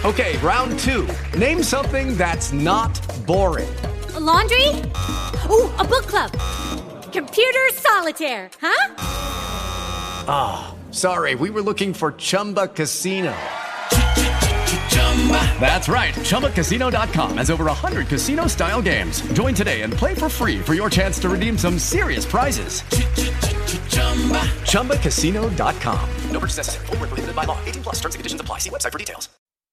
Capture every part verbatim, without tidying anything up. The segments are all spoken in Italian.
Okay, round two. Name something that's not boring. A laundry? Ooh, a book club. Computer solitaire, huh? Ah, oh, sorry, we were looking for Chumba Casino. That's right, Chumba Casino dot com has over one hundred casino-style games. Join today and play for free for your chance to redeem some serious prizes. Chumba Casino dot com. No purchase necessary. Void where prohibited by law. eighteen plus terms and conditions apply. See website for details.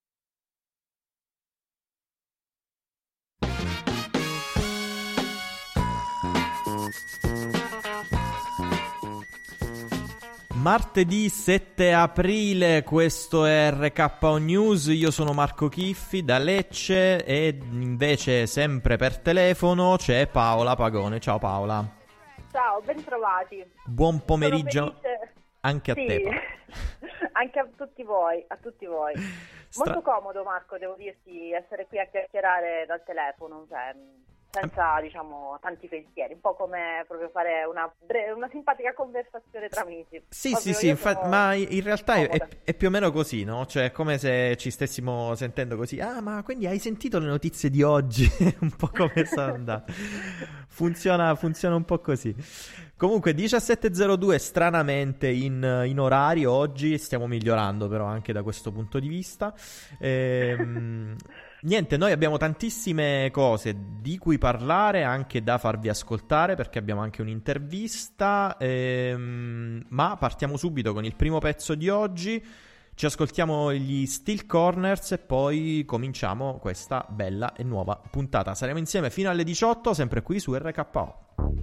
Martedì sette aprile, questo è R K O News, io sono Marco Chiffi da Lecce e invece sempre per telefono c'è Paola Pagone. Ciao Paola. Ciao, ben trovati. Buon pomeriggio anche a sì. te. Anche a tutti voi, a tutti voi. Stra- Molto comodo, Marco, devo dirti, essere qui a chiacchierare dal telefono, cioè, senza, diciamo, tanti pensieri, un po' come proprio fare una, bre- una simpatica conversazione tra amici. Sì, Proprio sì, sì, infa- ma in realtà è, è, è più o meno così, no? Cioè, è come se ci stessimo sentendo così. Ah, ma quindi hai sentito le notizie di oggi? Un po' come sta andando. Funziona, funziona un po' così. Comunque, diciassette e zero due, stranamente in, in orario oggi, stiamo migliorando però anche da questo punto di vista. Ehm... Niente, noi abbiamo tantissime cose di cui parlare, anche da farvi ascoltare, perché abbiamo anche un'intervista, ehm, ma partiamo subito con il primo pezzo di oggi. Ci ascoltiamo gli Steel Corners e poi cominciamo questa bella e nuova puntata. Saremo insieme fino alle diciotto, sempre qui su R K O.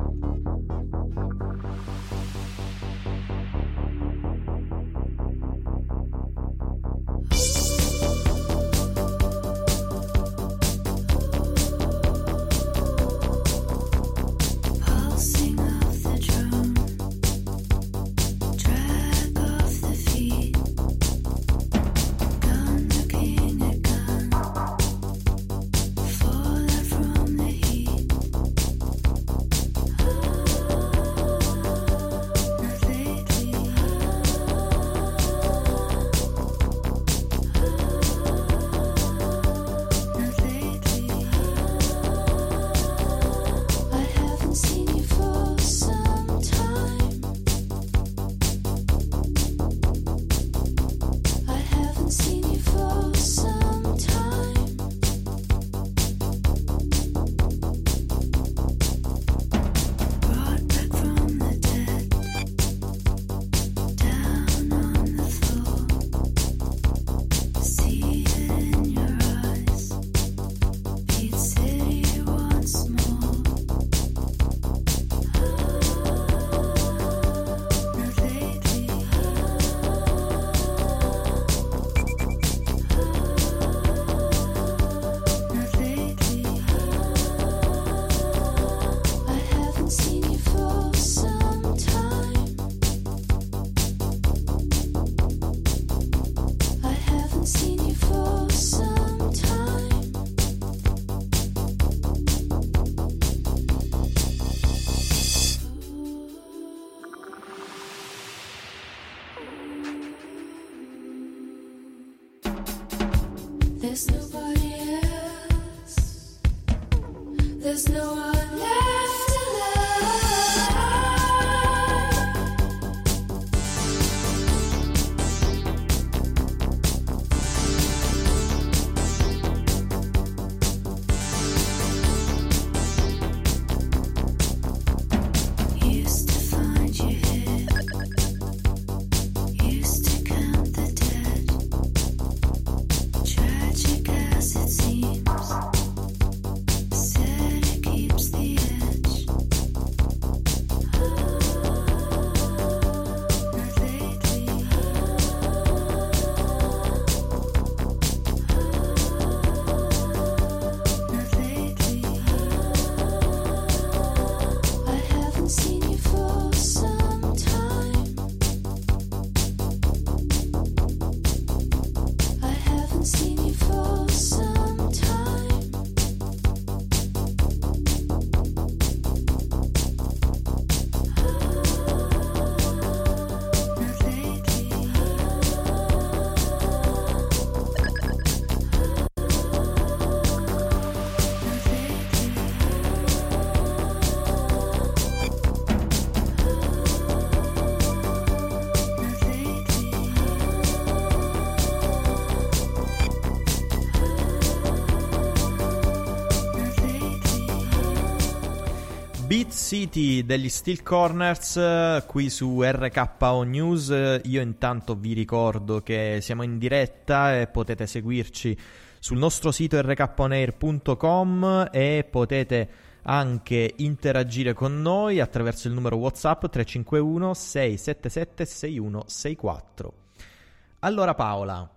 There's nobody else. There's no one left to used to find you here, used to count the dead, tragic as it seems, said to keep Hit City degli Steel Corners eh, qui su R K O News. Eh, Io intanto vi ricordo che siamo in diretta e potete seguirci sul nostro sito r k on air punto com e potete anche interagire con noi attraverso il numero WhatsApp tre cinque uno sei sette sette sei uno sei quattro. Allora Paola,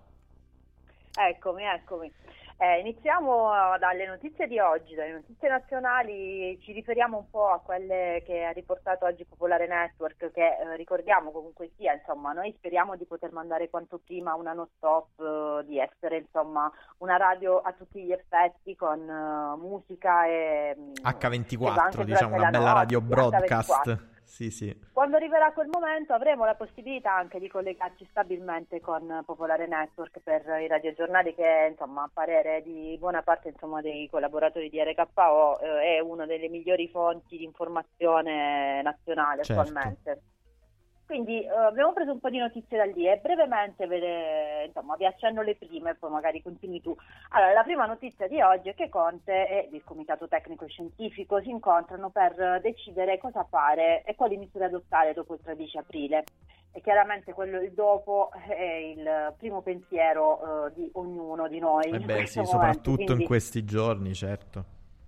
Eccomi, eccomi. Eh, iniziamo dalle notizie di oggi, dalle notizie nazionali. Ci riferiamo un po' a quelle che ha riportato oggi Popolare Network, che eh, ricordiamo comunque sia, insomma, noi speriamo di poter mandare quanto prima una non stop, eh, di essere insomma una radio a tutti gli effetti con eh, musica e acca e ventiquattro, anche diciamo una durante la bella notte, radio acca broadcast. ventiquattro. Sì, sì. Quando arriverà quel momento avremo la possibilità anche di collegarci stabilmente con Popolare Network per i radiogiornali, che insomma a parere di buona parte insomma dei collaboratori di R K O eh, è una delle migliori fonti di informazione nazionale Certo. attualmente. Quindi eh, abbiamo preso un po' di notizie da lì e brevemente ve le, insomma, vi accenno le prime, poi magari continui tu. Allora, la prima notizia di oggi è che Conte e il Comitato Tecnico Scientifico si incontrano per decidere cosa fare e quali misure adottare dopo il tredici aprile. E chiaramente quello il dopo è il primo pensiero eh, di ognuno di noi. Eh in beh, questo sì, momento. soprattutto Quindi in questi giorni, certo.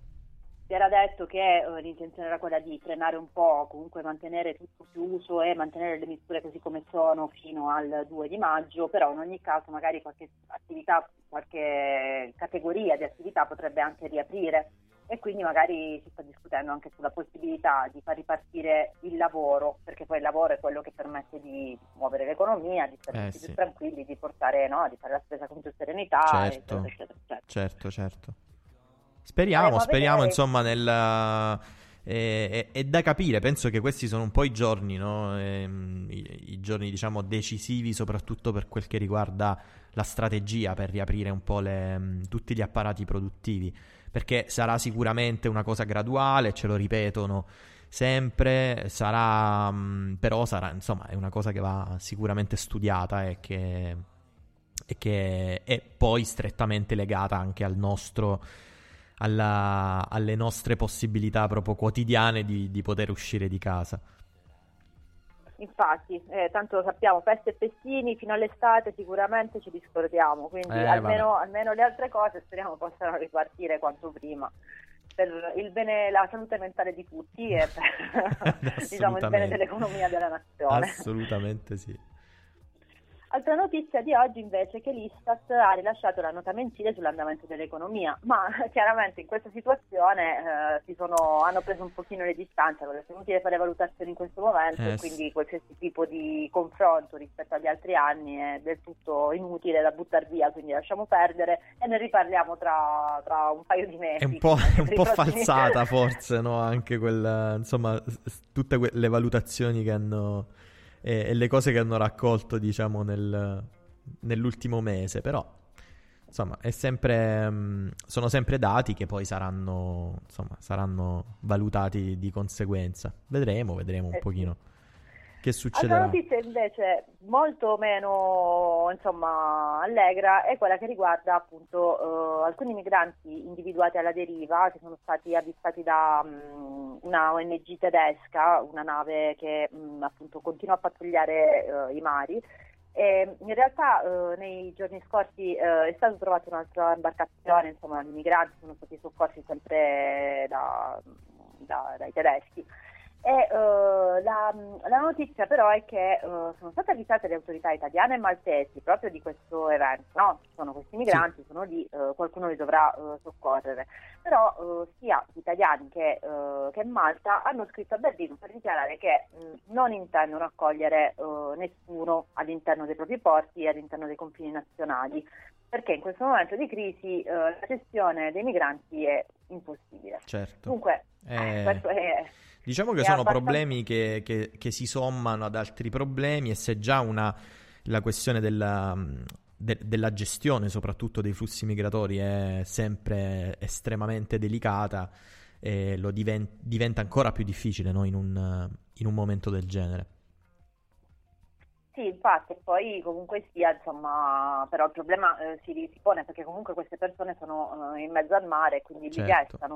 si era detto che eh, l'intenzione era quella di frenare un po', comunque mantenere tutto chiuso e mantenere le misure così come sono fino al due di maggio, però in ogni caso magari qualche attività, qualche categoria di attività potrebbe anche riaprire e quindi magari si sta discutendo anche sulla possibilità di far ripartire il lavoro, perché poi il lavoro è quello che permette di muovere l'economia, di stare Eh, tutti sì. più tranquilli, di portare, no, di fare la spesa con più serenità, Certo. eccetera, eccetera, eccetera. Certo, certo. Speriamo, Faremo speriamo vedere. insomma nel... È, è- è da capire, penso che questi sono un po' i giorni, no? Ehm, i, i giorni diciamo decisivi soprattutto per quel che riguarda la strategia per riaprire un po' le, mh, tutti gli apparati produttivi, perché sarà sicuramente una cosa graduale, ce lo ripetono sempre, sarà, mh, però sarà, insomma, è una cosa che va sicuramente studiata e che, e che è poi strettamente legata anche al nostro alla- alle nostre possibilità proprio quotidiane di, di poter uscire di casa. Infatti, eh, tanto lo sappiamo, feste e festini fino all'estate sicuramente ci discordiamo, quindi Eh, almeno, almeno le altre cose speriamo possano ripartire quanto prima per il bene, la salute mentale di tutti e per diciamo, il bene Assolutamente. dell'economia della nazione. Assolutamente sì. Altra notizia di oggi invece è che l'Istat ha rilasciato la nota mensile sull'andamento dell'economia, ma chiaramente in questa situazione eh, si sono, hanno preso un pochino le distanze, perché è inutile fare valutazioni in questo momento, Eh, e quindi qualsiasi tipo di confronto rispetto agli altri anni è del tutto inutile da buttare via, quindi lasciamo perdere e ne riparliamo tra, tra un paio di mesi. È un po', è un Per i po' prossimi- falsata forse, no? Anche quella, insomma, s- s- tutte que- le valutazioni che hanno e, e le cose che hanno raccolto, diciamo, nel, nell'ultimo mese, però insomma, è sempre, mh, sono sempre dati che poi saranno, insomma, saranno valutati di conseguenza. Vedremo, vedremo un Eh sì. pochino che Altra succederà. notizia invece molto meno insomma allegra è quella che riguarda appunto eh, alcuni migranti individuati alla deriva che sono stati avvistati da mh, una O N G tedesca, una nave che mh, appunto continua a pattugliare eh, i mari. E in realtà eh, nei giorni scorsi eh, è stata trovata un'altra imbarcazione, insomma i migranti sono stati soccorsi sempre da, da- dai tedeschi. E eh, la, la notizia però è che eh, sono state avvisate le autorità italiane e maltesi proprio di questo evento, no? Ci sono questi migranti, sono lì, eh, qualcuno li dovrà eh, soccorrere, però eh, sia gli italiani che, eh, che Malta hanno scritto a Berlino per dichiarare che mh, non intendono accogliere eh, nessuno all'interno dei propri porti e all'interno dei confini nazionali, perché in questo momento di crisi eh, la gestione dei migranti è impossibile. Certo. Dunque, Eh, questo è... Diciamo che è sono abbastanza- problemi che, che- che si sommano ad altri problemi, e se già una, la questione della, de- della gestione soprattutto dei flussi migratori è sempre estremamente delicata, eh, lo diven- diventa ancora più difficile, no, in un, in un momento del genere. Sì, infatti, poi comunque sia, insomma, però il problema eh, si, si pone perché comunque queste persone sono eh, in mezzo al mare, quindi li Certo. gestano.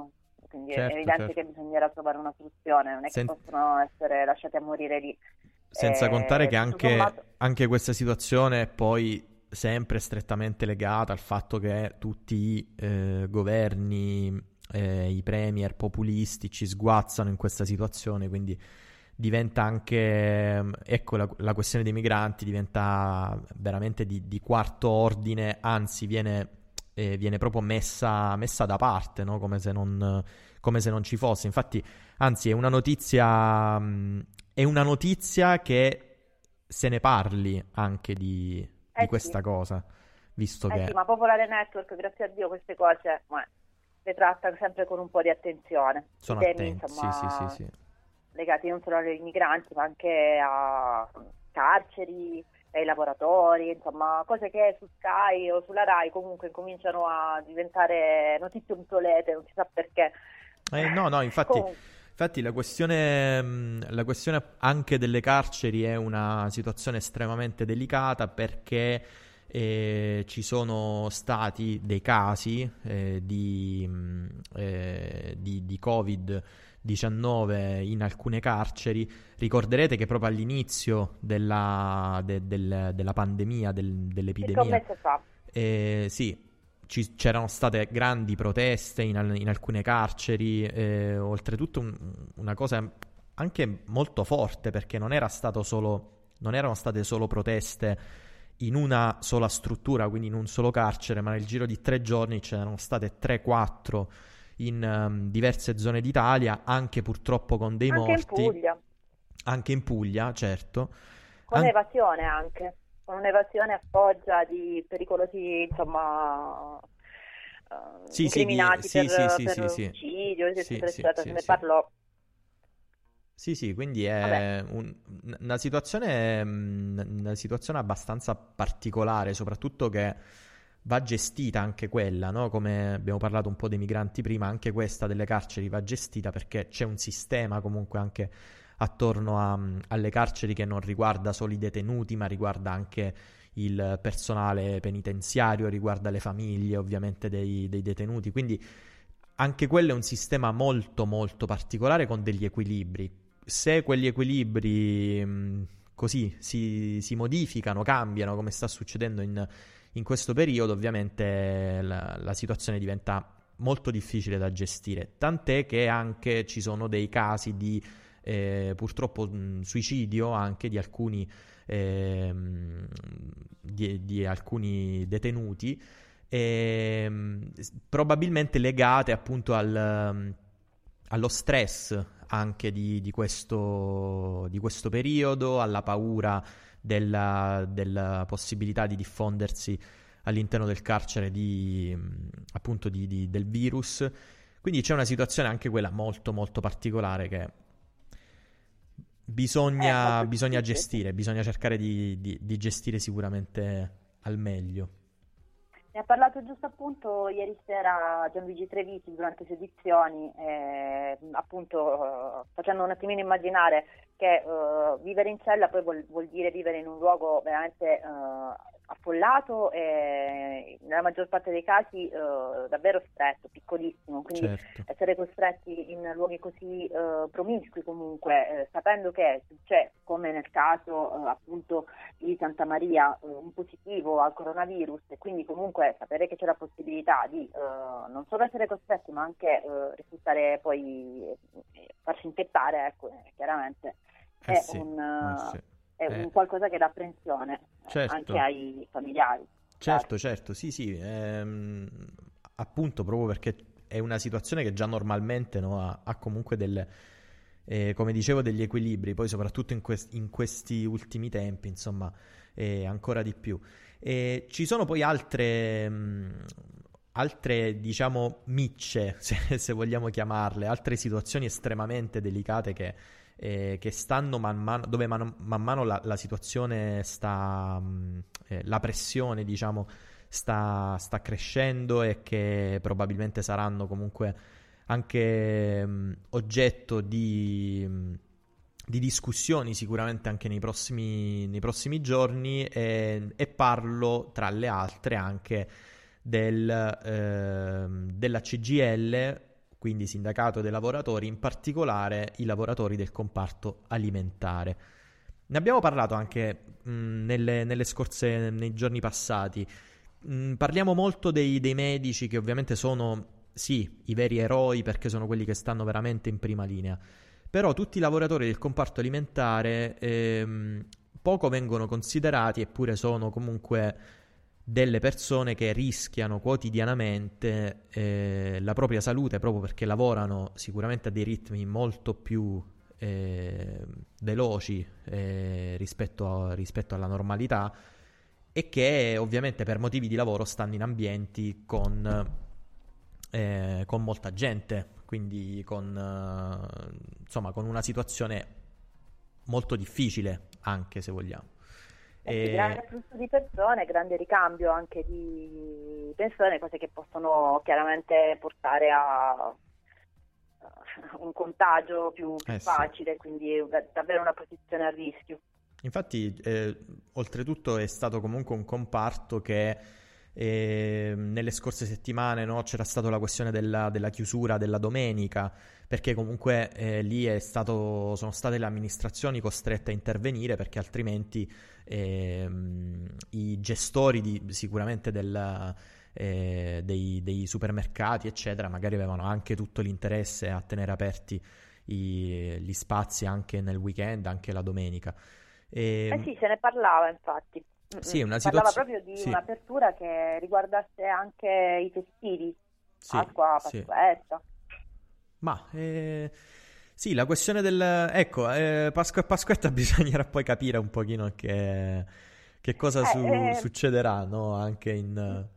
quindi Certo, è evidente certo. che bisognerà trovare una soluzione, non è che Sen- possono essere lasciati a morire lì. Senza contare Eh, che tutto anche, sommato- anche questa situazione è poi sempre strettamente legata al fatto che tutti i eh, governi, eh, i premier populisti ci sguazzano in questa situazione, quindi diventa anche, ecco, la, la questione dei migranti diventa veramente di, di quarto ordine, anzi viene, eh, viene proprio messa, messa da parte, no? Come se non, come se non ci fosse. Infatti, anzi, è una notizia, mh, è una notizia che se ne parli anche di, Eh di sì. questa cosa, visto Eh che sì, ma Popolare Network, grazie a Dio, queste cose ma, le tratta sempre con un po' di attenzione. sono I temi, attenti. insomma, Sì, sì, sì, sì. legati non solo ai migranti, ma anche a carceri, ai lavoratori, insomma, cose che su Sky o sulla Rai comunque cominciano a diventare notizie obsolete, non si sa perché. Eh, no, no, infatti, Comunque, infatti la questione, mh, la questione anche delle carceri è una situazione estremamente delicata perché eh, ci sono stati dei casi eh, di, mh, eh, di, di covid diciannove in alcune carceri. Ricorderete che proprio all'inizio della, de- del- della pandemia, del- circa un dell'epidemia, mese fa. eh, sì, ci- c'erano state grandi proteste in, al- in alcune carceri, eh, oltretutto un- una cosa anche molto forte perché non era stato solo, non erano state solo proteste in una sola struttura, quindi in un solo carcere, ma nel giro di tre giorni ce n'erano state tre quattro in ehm, diverse zone d'Italia, anche purtroppo con dei Anche in morti, Puglia, anche in Puglia, certo. con An- evasione anche, con un'evasione a foggia di pericolosi, insomma, eh, Sì, sì, di- incriminati sì, per, sì, sì, per sì, sì. omicidio, Sì, eccetera, sì, eccetera, sì, se ne sì. parlò. Sì, sì, quindi Vabbè, è un- una situazione, mm, una situazione abbastanza particolare, soprattutto che va gestita anche quella, no? Come abbiamo parlato un po' dei migranti prima, anche questa delle carceri va gestita perché c'è un sistema comunque anche attorno a- alle carceri che non riguarda solo i detenuti, ma riguarda anche il personale penitenziario, riguarda le famiglie ovviamente dei, dei detenuti, quindi anche quello è un sistema molto molto particolare con degli equilibri. Se quegli equilibri mh, così si, si modificano, cambiano, come sta succedendo in, in questo periodo, ovviamente la, la situazione diventa molto difficile da gestire. Tant'è che anche ci sono dei casi di eh, purtroppo mh, suicidio anche di alcuni, ehm, di, di alcuni detenuti, ehm, s- probabilmente legate appunto al, allo stress anche di, di questo, di questo periodo, alla paura della, della possibilità di diffondersi all'interno del carcere di, mh, appunto di, di- del virus. Quindi c'è una situazione anche quella molto molto particolare che è bisogna, molto bisogna difficile. gestire, bisogna cercare di, di- di gestire sicuramente al meglio. Ne ha parlato giusto appunto ieri sera Gianluigi Trevisi durante le sue edizioni, eh, appunto eh, facendo un attimino immaginare che eh, vivere in cella poi vuol, vuol dire vivere in un luogo veramente eh, affollato e nella maggior parte dei casi eh, davvero stretto, piccolissimo, quindi Certo, essere costretti in luoghi così eh, promiscui comunque, eh, sapendo che c'è, come nel caso eh, appunto di Santa Maria, eh, un positivo al coronavirus e quindi comunque sapere che c'è la possibilità di eh, non solo essere costretti ma anche eh, risultare poi eh, farsi infettare, ecco, eh, chiaramente eh è, sì, un, eh eh, sì. è Eh, un qualcosa che dà apprensione eh, certo. anche ai familiari. Certo, certo, sì, sì, ehm, appunto proprio perché è una situazione che già normalmente, no, ha, ha comunque delle, eh, come dicevo, degli equilibri, poi soprattutto in, quest- in questi ultimi tempi, insomma, eh, ancora di più. E ci sono poi altre, mh, altre, diciamo, micce, se, se vogliamo chiamarle, altre situazioni estremamente delicate che eh, che stanno man mano, dove man, man mano la, la situazione sta, mh, eh, la pressione, diciamo, sta, sta crescendo e che probabilmente saranno comunque anche mh, oggetto di, mh, di discussioni sicuramente anche nei prossimi, nei prossimi giorni e, e parlo tra le altre anche del, ehm, della C G I L, quindi sindacato dei lavoratori, in particolare i lavoratori del comparto alimentare. Ne abbiamo parlato anche mh, nelle, nelle scorse, nei giorni passati. Mh, parliamo molto dei, dei medici, che ovviamente sono, sì, i veri eroi, perché sono quelli che stanno veramente in prima linea. Però tutti i lavoratori del comparto alimentare ehm, poco vengono considerati, eppure sono comunque delle persone che rischiano quotidianamente eh, la propria salute, proprio perché lavorano sicuramente a dei ritmi molto più eh, veloci eh, rispetto, a, rispetto alla normalità, e che ovviamente per motivi di lavoro stanno in ambienti con, eh, con molta gente, quindi con, eh, insomma, con una situazione molto difficile, anche se vogliamo. Eh sì, grande flusso di persone, grande ricambio anche di persone, cose che possono chiaramente portare a un contagio più, più Eh sì. facile, quindi è davvero una posizione a rischio. Infatti, eh, oltretutto è stato comunque un comparto che eh, nelle scorse settimane, no, c'era stata la questione della, della chiusura della domenica, perché comunque eh, lì è stato, sono state le amministrazioni costrette a intervenire, perché altrimenti ehm, i gestori di, sicuramente del, eh, dei, dei supermercati eccetera magari avevano anche tutto l'interesse a tenere aperti i, gli spazi anche nel weekend, anche la domenica. E, Eh sì, se ne parlava infatti. sì, una Si parlava situazio- proprio di sì. un'apertura che riguardasse anche i festivi, Sì, Pasqua, sì. Pasquetta. Ma eh, sì, la questione del, ecco, eh, Pasqua e Pasquetta bisognerà poi capire un pochino che, che cosa Eh, su- eh. succederà, no? Anche in,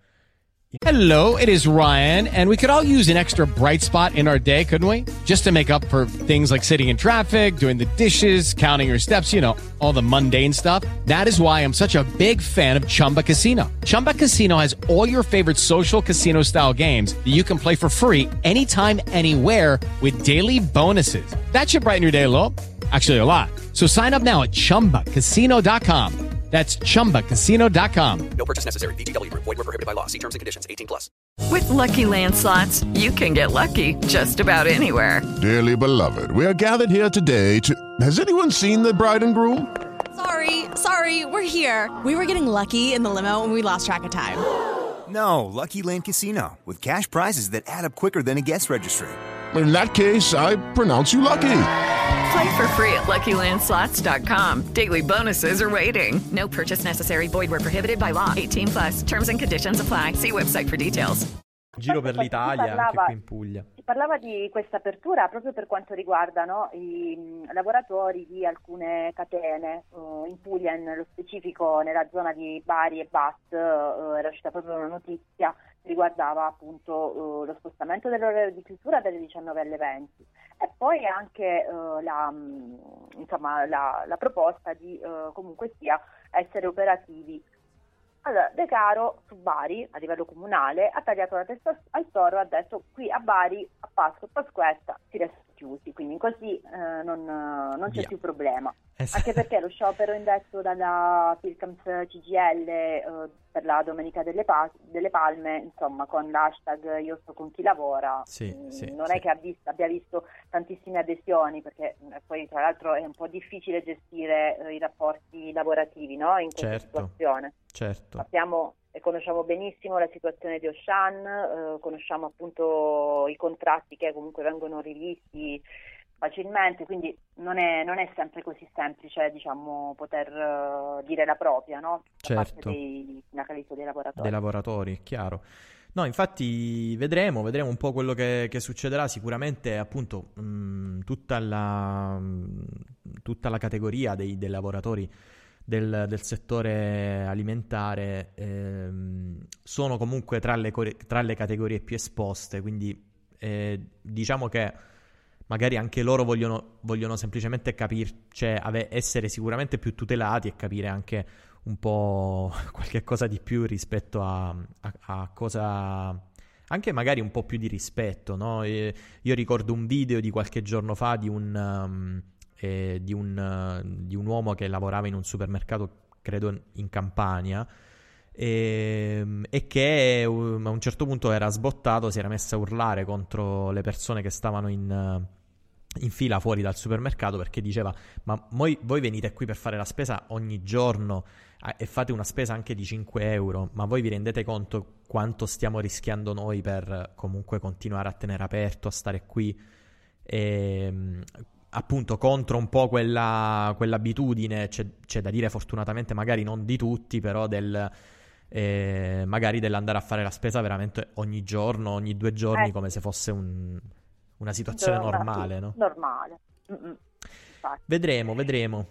Hello, it is Ryan, and we could all use an extra bright spot in our day, couldn't we? Just to make up for things like sitting in traffic, doing the dishes, counting your steps, you know, all the mundane stuff. That is why I'm such a big fan of Chumba Casino. Chumba Casino has all your favorite social casino style games that you can play for free anytime, anywhere with daily bonuses. That should brighten your day a little. Actually, a lot. So sign up now at chumba casino dot com. That's chumba casino dot com. No purchase necessary. V G W Group. Void where prohibited by law. See terms and conditions. eighteen plus. With Lucky Land Slots, you can get lucky just about anywhere. Dearly beloved, we are gathered here today to... Has anyone seen the bride and groom? Sorry, sorry, we're here. We were getting lucky in the limo and we lost track of time. No, Lucky Land Casino, with cash prizes that add up quicker than a guest registry. In that case, I pronounce you lucky. Play for free at lucky land slots dot com. Daily bonuses are waiting. No purchase necessary. Void where prohibited by law. eighteen plus. Terms and conditions apply. See website for details. giro per Poi l'Italia, si anche parlava- qui in Puglia. Si parlava di questa apertura proprio per quanto riguarda, no, i mh, lavoratori di alcune catene, eh, in Puglia nello specifico, nella zona di Bari e Bath, eh, era uscita proprio una notizia che riguardava appunto eh, lo spostamento dell'orario di chiusura dalle diciannove alle venti, e poi anche eh, la, mh, insomma, la, la proposta di eh, comunque sia essere operativi. Allora, De Caro su Bari, a livello comunale, ha tagliato la testa al toro, ha detto qui a Bari, a Pasqua e Pasquetta si resta chiusi, quindi così eh, non, non c'è Via. più problema. Es- Anche perché lo sciopero indetto dalla Filcams C G L eh, per la Domenica delle, Pa- delle Palme, insomma, con l'hashtag io sto con chi lavora, Sì, mh, sì, non sì. è che ha visto- abbia visto tantissime adesioni, perché eh, poi tra l'altro è un po' difficile gestire eh, i rapporti lavorativi, no? In questa Certo. situazione. Certo. Sappiamo e conosciamo benissimo la situazione di Auchan, eh, conosciamo appunto i contratti che comunque vengono rivisti facilmente, quindi non è, non è sempre così semplice, diciamo, poter eh, dire la propria, no? Da parte Certo. dei sindacalisti o dei lavoratori. Dei lavoratori, è chiaro. No, infatti vedremo, vedremo un po' quello che, che succederà. Sicuramente appunto mh, tutta la mh, tutta la categoria dei, dei lavoratori del, del settore alimentare ehm, sono comunque tra le, core- tra le categorie più esposte, quindi eh, diciamo che magari anche loro vogliono, vogliono semplicemente capire, cioè ave- essere sicuramente più tutelati e capire anche un po' qualche cosa di più rispetto a, a, a cosa, anche magari un po' più di rispetto, no? E io ricordo un video di qualche giorno fa di un, um, eh, di un, uh, di un uomo che lavorava in un supermercato, credo in Campania, e, e che um, a un certo punto era sbottato, si era messo a urlare contro le persone che stavano in, in fila fuori dal supermercato, perché diceva: ma voi, voi venite qui per fare la spesa ogni giorno eh, e fate una spesa anche di cinque euro, ma voi vi rendete conto quanto stiamo rischiando noi per comunque continuare a tenere aperto, a stare qui? E, appunto contro un po' quella quell'abitudine, c'è, c'è da dire fortunatamente magari non di tutti, però del eh, magari dell'andare a fare la spesa veramente ogni giorno, ogni due giorni, Eh. come se fosse un, una situazione normale, Sì, no? Normale. Mm-mm. Infatti. Vedremo, vedremo.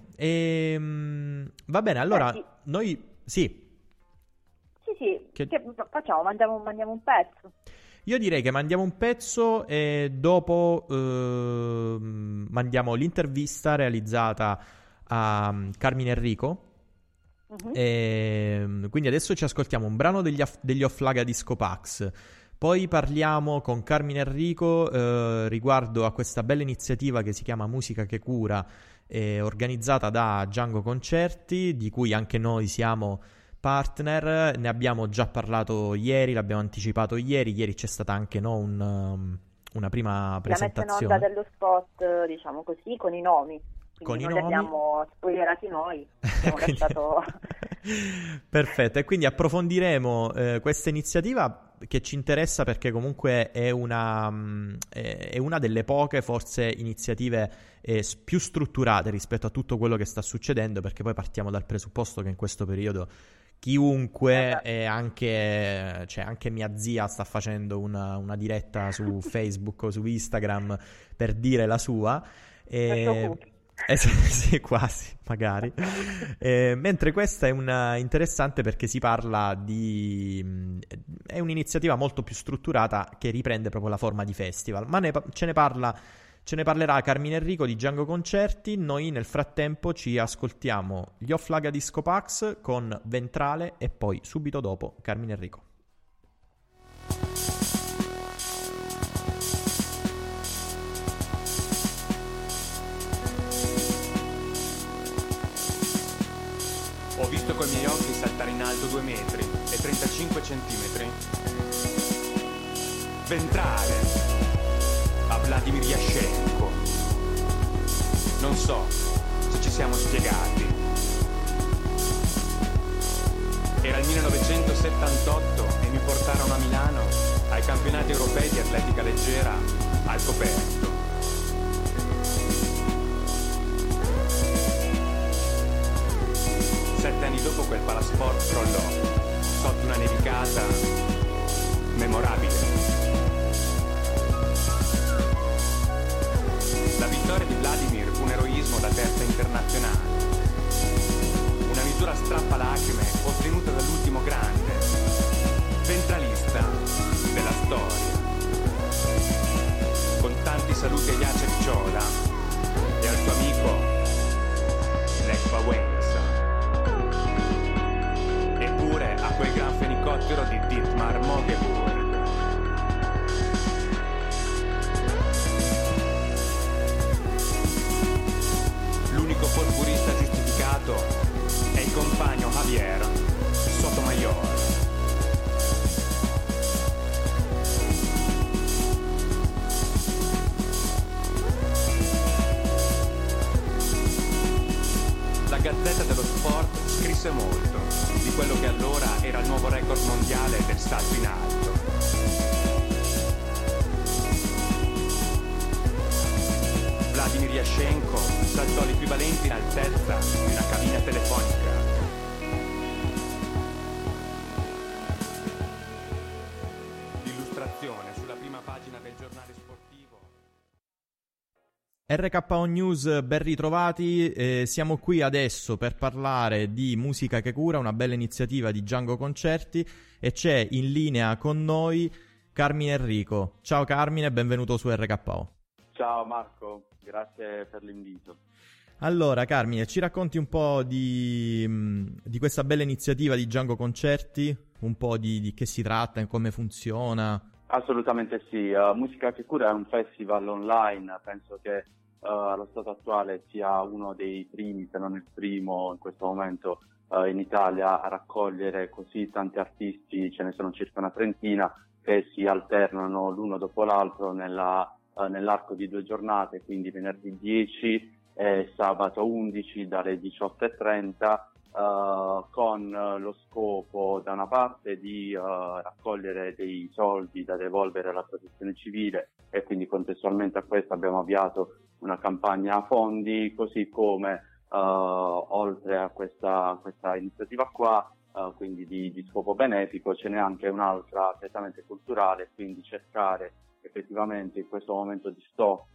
E, va bene, allora Senti. noi sì, Sì, sì, Che- che facciamo? Mandiamo, mandiamo un pezzo. io direi che mandiamo un pezzo e dopo ehm, mandiamo l'intervista realizzata a um, Carmine Enrico. Mhm. E, quindi adesso ci ascoltiamo un brano degli, Af- degli Offlaga Disco Pax. Poi parliamo con Carmine Enrico eh, riguardo a questa bella iniziativa che si chiama Musica che cura, eh, organizzata da Django Concerti, di cui anche noi siamo partner. Ne abbiamo già parlato ieri, l'abbiamo anticipato ieri. Ieri c'è stata anche no, un, um, una prima La messa in presentazione. onda dello spot, diciamo così, con i nomi. Quindi Con i non li nomi. abbiamo spoilerati noi, abbiamo Quindi- lasciato... Perfetto, e quindi approfondiremo eh, questa iniziativa che ci interessa perché comunque è una, mh, è è una delle poche forse iniziative eh, s- più strutturate rispetto a tutto quello che sta succedendo, perché poi partiamo dal presupposto che in questo periodo chiunque, e anche, cioè anche mia zia sta facendo una, una diretta su Facebook o su Instagram per dire la sua. E... Eh, sì, sì, quasi, magari. Eh, mentre questa è una interessante perché si parla di... mh, è un'iniziativa molto più strutturata che riprende proprio la forma di festival. Ma ne pa- ce ne parla, ce ne parlerà Carmine Enrico di Django Concerti. Noi nel frattempo ci ascoltiamo gli Offlaga Disco Pax con Ventrale e poi subito dopo Carmine Enrico. Ho visto coi miei occhi saltare in alto due metri e trentacinque centimetri. Ventrale a Vladimir Yashenko. Non so se ci siamo spiegati. Era il millenovecentosettantotto e mi portarono a Milano ai campionati europei di atletica leggera al coperto. Sette anni dopo quel palasport crollò sotto una nevicata memorabile. La vittoria di Vladimir fu un eroismo da terza internazionale, una misura strappalacrime ottenuta dall'ultimo grande ventralista della storia. Con tanti saluti a Jacek Ciola e al suo amico Lech Wałęsa. Eppure a quel gran fenicottero di Dietmar Mogeburg. L'unico folclorista giustificato è il compagno Javier Sotomayor. La Gazzetta dello Sport scrisse molto di quello che allora era il nuovo record mondiale del salto in alto. Vladimir Yashenko saltò l'equivalente in altezza di una cabina telefonica. Illustrazione sulla prima pagina del giornale sportivo. R K O News, ben ritrovati, eh, siamo qui adesso per parlare di Musica che cura, una bella iniziativa di Django Concerti, e c'è in linea con noi Carmine Enrico. Ciao Carmine, benvenuto su R K O. Ciao Marco, grazie per l'invito. Allora Carmine, ci racconti un po' di, mh, di questa bella iniziativa di Django Concerti, un po' di, di che si tratta e come funziona? Assolutamente sì, uh, Musica che cura è un festival online, penso che uh, allo stato attuale sia uno dei primi, se non il primo in questo momento, uh, in Italia a raccogliere così tanti artisti, ce ne sono circa una trentina, che si alternano l'uno dopo l'altro nella, uh, nell'arco di due giornate, quindi venerdì dieci e sabato undici dalle diciotto e trenta, uh, con uh, lo scopo da una parte di uh, raccogliere dei soldi da devolvere alla protezione civile, e quindi contestualmente a questo abbiamo avviato una campagna a fondi, così come uh, oltre a questa, questa iniziativa qua, Uh, quindi di, di scopo benefico, ce n'è anche un'altra prettamente culturale, quindi cercare effettivamente in questo momento di stop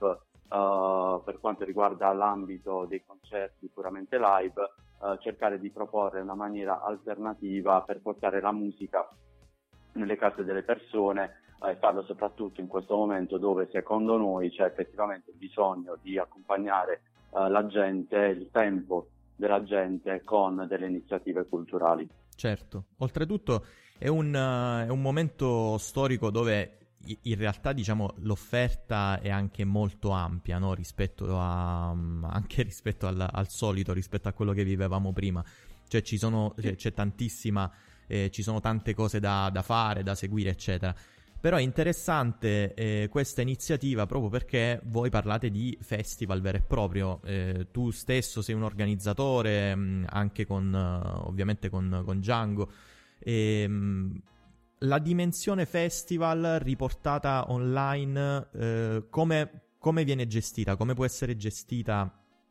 uh, per quanto riguarda l'ambito dei concerti puramente live, uh, cercare di proporre una maniera alternativa per portare la musica nelle case delle persone, uh, e farlo soprattutto in questo momento dove secondo noi c'è effettivamente bisogno di accompagnare uh, la gente, il tempo della gente con delle iniziative culturali. Certo, oltretutto è un, uh, è un momento storico dove i- in realtà diciamo l'offerta è anche molto ampia, no? Rispetto a um, anche rispetto al, al solito, rispetto a quello che vivevamo prima, cioè ci sono c'è, c'è tantissima eh, ci sono tante cose da, da fare, da seguire, eccetera. Però è interessante eh, questa iniziativa proprio perché voi parlate di festival vero e proprio. Eh, tu stesso sei un organizzatore, mh, anche con uh, ovviamente con, con Django. E, mh, la dimensione festival riportata online, eh, come, come viene gestita? Come può essere gestita?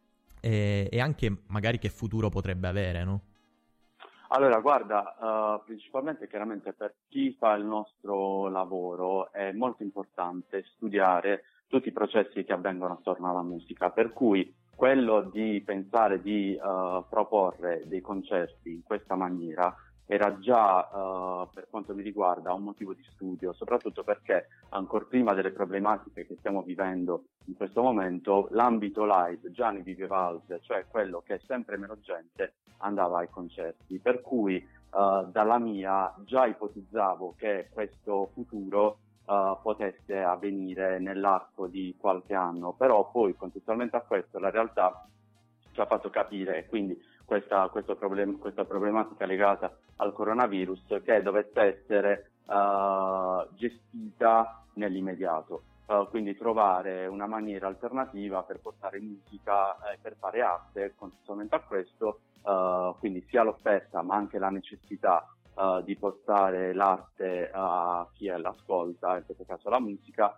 E, e anche magari che futuro potrebbe avere, no? Allora, guarda, uh, principalmente chiaramente per chi fa il nostro lavoro è molto importante studiare tutti i processi che avvengono attorno alla musica, per cui quello di pensare di uh, proporre dei concerti in questa maniera era già, uh, per quanto mi riguarda, un motivo di studio, soprattutto perché ancor prima delle problematiche che stiamo vivendo in questo momento, l'ambito live già ne viveva altre, cioè quello che sempre meno gente andava ai concerti, per cui uh, dalla mia già ipotizzavo che questo futuro uh, potesse avvenire nell'arco di qualche anno, però poi contestualmente a questo la realtà ci ha fatto capire, e quindi questa, questo problem- questa problematica legata al coronavirus, che dovesse essere uh, gestita nell'immediato. Uh, quindi trovare una maniera alternativa per portare musica e eh, per fare arte, contestualmente a questo, uh, quindi sia l'offerta ma anche la necessità uh, di portare l'arte a chi l'ascolta, in questo caso la musica,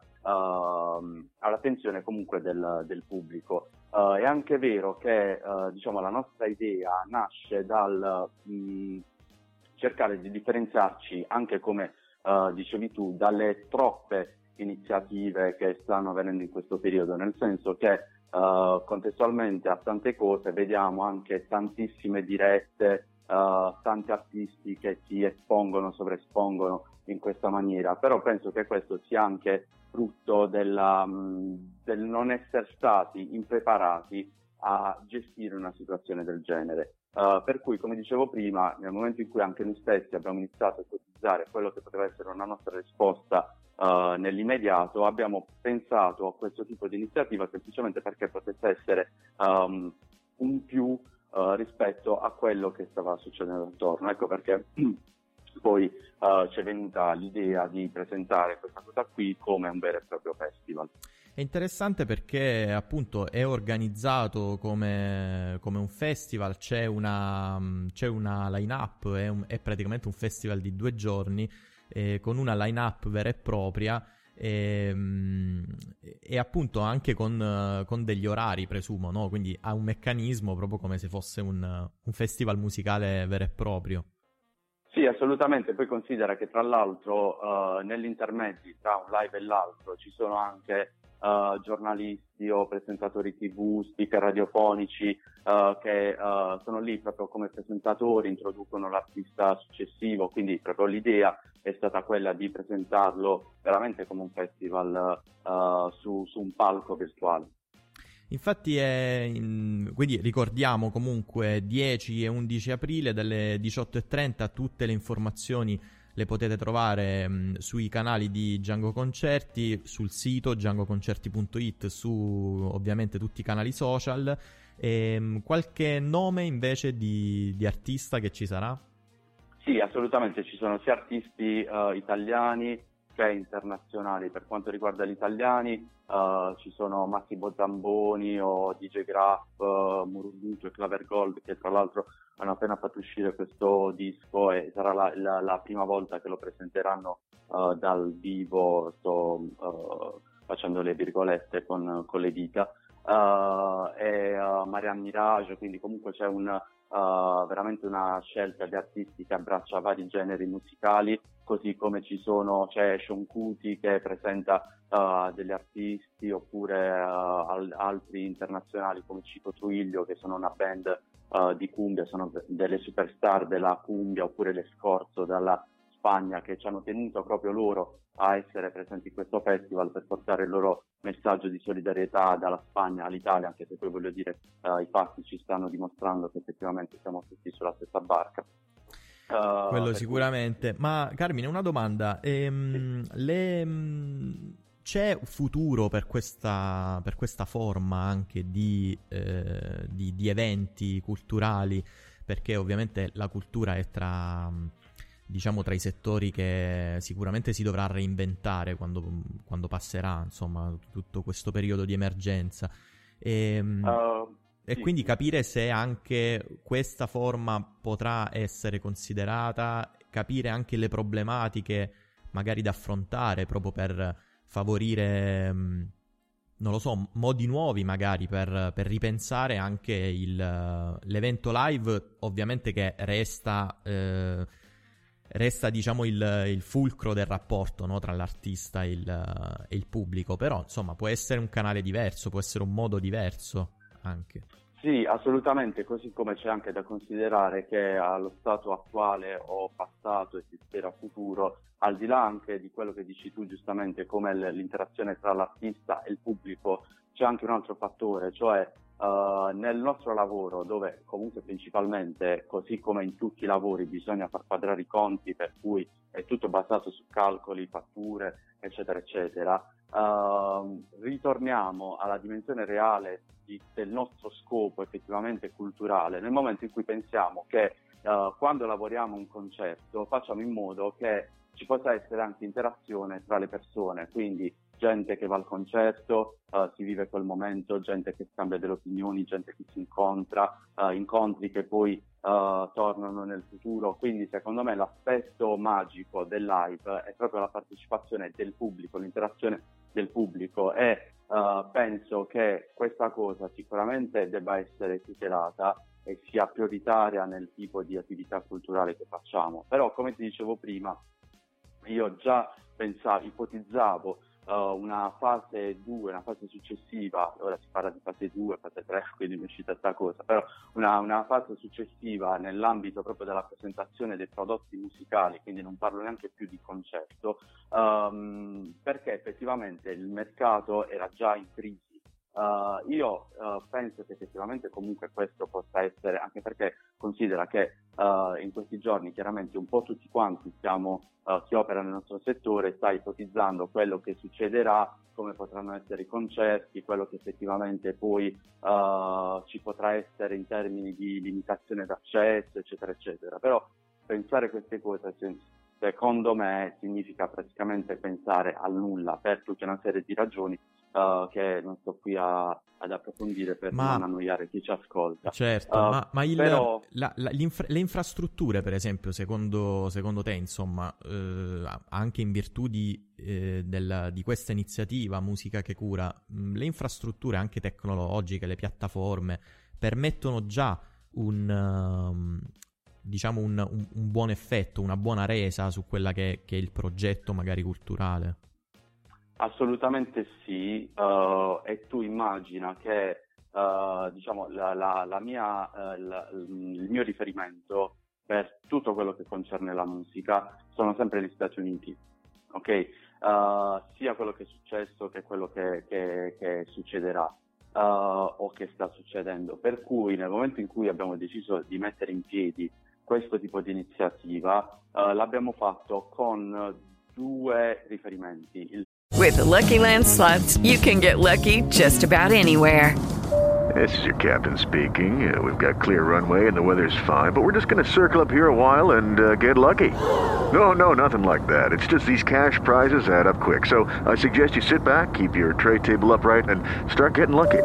uh, all'attenzione comunque del, del pubblico. Uh, è anche vero che uh, diciamo la nostra idea nasce dal mh, cercare di differenziarci anche, come uh, dicevi tu, dalle troppe iniziative che stanno avvenendo in questo periodo, nel senso che uh, contestualmente a tante cose vediamo anche tantissime dirette, uh, tanti artisti che si espongono, sovraespongono in questa maniera, però penso che questo sia anche frutto della, mh, del non essere stati impreparati a gestire una situazione del genere. Uh, per cui, come dicevo prima, nel momento in cui anche noi stessi abbiamo iniziato a ipotizzare quello che poteva essere una nostra risposta Uh, nell'immediato, abbiamo pensato a questo tipo di iniziativa semplicemente perché potesse essere um, un più uh, rispetto a quello che stava succedendo attorno. Ecco perché poi uh, ci è venuta l'idea di presentare questa cosa qui come un vero e proprio festival. È interessante perché appunto è organizzato come, come un festival, c'è una, c'è una line-up, è, un, è praticamente un festival di due giorni, eh, con una line-up vera e propria e, e appunto anche con, con degli orari, presumo, no? Quindi ha un meccanismo proprio come se fosse un, un festival musicale vero e proprio. Sì, assolutamente. Poi considera che tra l'altro uh, nell'intermezzo tra un live e l'altro ci sono anche uh, giornalisti o presentatori tivù, speaker radiofonici uh, che uh, sono lì proprio come presentatori, introducono l'artista successivo, quindi proprio l'idea è stata quella di presentarlo veramente come un festival uh, su, su un palco virtuale. Infatti è in... quindi ricordiamo comunque dieci e undici aprile dalle diciotto e trenta tutte le informazioni le potete trovare mh, sui canali di Django Concerti, sul sito django concerti punto it, su ovviamente tutti i canali social. E, mh, qualche nome invece di, di artista che ci sarà? Sì, assolutamente, ci sono sia artisti uh, italiani che internazionali. Per quanto riguarda gli italiani uh, ci sono Massimo Zamboni o D J Graf, uh, Muruluto e Claver Gold, che tra l'altro hanno appena fatto uscire questo disco e sarà la, la, la prima volta che lo presenteranno uh, dal vivo. Sto uh, facendo le virgolette con, con le dita. Uh, e uh, Marianne Mirage, quindi comunque c'è un, uh, veramente una scelta di artisti che abbraccia vari generi musicali, così come ci sono, c'è Sean Kuti che presenta uh, degli artisti, oppure uh, al, altri internazionali come Chico Trujillo, che sono una band uh, di cumbia, sono delle superstar della cumbia, oppure Le Scorzo dalla Spagna, che ci hanno tenuto proprio loro a essere presenti in questo festival per portare il loro messaggio di solidarietà dalla Spagna all'Italia, anche se poi voglio dire uh, i fatti ci stanno dimostrando che effettivamente siamo tutti sulla stessa barca. Uh, Quello sicuramente. Cui... Ma Carmine, una domanda. Ehm, sì. le, mh, c'è futuro per questa, per questa forma anche di, eh, di, di eventi culturali? Perché ovviamente la cultura è tra, diciamo, tra i settori che sicuramente si dovrà reinventare quando, quando passerà, insomma, tutto questo periodo di emergenza. E, uh... E sì. Quindi capire se anche questa forma potrà essere considerata, capire anche le problematiche magari da affrontare proprio per favorire, non lo so, modi nuovi magari per, per ripensare anche il, l'evento live, ovviamente che resta, eh, resta diciamo il, il fulcro del rapporto, no, tra l'artista e il, e il pubblico, però insomma può essere un canale diverso, può essere un modo diverso anche. Sì, assolutamente, così come c'è anche da considerare che allo stato attuale o passato e si spera futuro, al di là anche di quello che dici tu giustamente, come l'interazione tra l'artista e il pubblico, c'è anche un altro fattore, cioè uh, nel nostro lavoro, dove comunque principalmente, così come in tutti i lavori, bisogna far quadrare i conti, per cui è tutto basato su calcoli, fatture, eccetera, eccetera, uh, ritorniamo alla dimensione reale di, del nostro scopo effettivamente culturale, nel momento in cui pensiamo che uh, quando lavoriamo un concerto facciamo in modo che ci possa essere anche interazione tra le persone, quindi gente che va al concerto, uh, si vive quel momento, gente che scambia delle opinioni, gente che si incontra, uh, incontri che poi uh, tornano nel futuro. Quindi secondo me l'aspetto magico del live è proprio la partecipazione del pubblico, l'interazione del pubblico, e uh, penso che questa cosa sicuramente debba essere tutelata e sia prioritaria nel tipo di attività culturale che facciamo. Però, come ti dicevo prima, io già pensavo, ipotizzavo uh, una fase due, una fase successiva, ora si parla di fase due, fase tre, quindi mi è uscita sta cosa, però una, una fase successiva nell'ambito proprio della presentazione dei prodotti musicali, quindi non parlo neanche più di concerto, um, perché effettivamente il mercato era già in crisi. Uh, io uh, penso che effettivamente comunque questo possa essere, anche perché considera che uh, in questi giorni chiaramente un po' tutti quanti siamo, uh, chi opera nel nostro settore sta ipotizzando quello che succederà, come potranno essere i concerti, quello che effettivamente poi uh, ci potrà essere in termini di limitazione d'accesso, eccetera, eccetera. Però pensare queste cose, secondo me, significa praticamente pensare al nulla per tutta una serie di ragioni Uh, che non sto qui a, ad approfondire per ma, non annoiare chi ci ascolta. Certo, uh, ma, ma il, però... la, la, l'infra- le infrastrutture, per esempio, secondo, secondo te, insomma, eh, anche in virtù di, eh, del, di questa iniziativa Musica che Cura, mh, le infrastrutture anche tecnologiche, le piattaforme, permettono già un... Um, diciamo un, un, un buon effetto, una buona resa su quella che, che è il progetto magari culturale? Assolutamente sì, uh, e tu immagina che uh, diciamo la, la, la mia, uh, la, il mio riferimento per tutto quello che concerne la musica sono sempre gli Stati Uniti, ok? Uh, sia quello che è successo che quello che, che, che succederà uh, o che sta succedendo, per cui nel momento in cui abbiamo deciso di mettere in piedi questo tipo di iniziativa uh, l'abbiamo fatto con due riferimenti. Il... With the Lucky Land Slots, you can get lucky just about anywhere. This is your captain speaking. Uh, we've got clear runway and the weather's fine, but we're just going to circle up here a while and uh, get lucky. No, no, nothing like that. It's just these cash prizes add up quick. So I suggest you sit back, keep your tray table upright, and start getting lucky.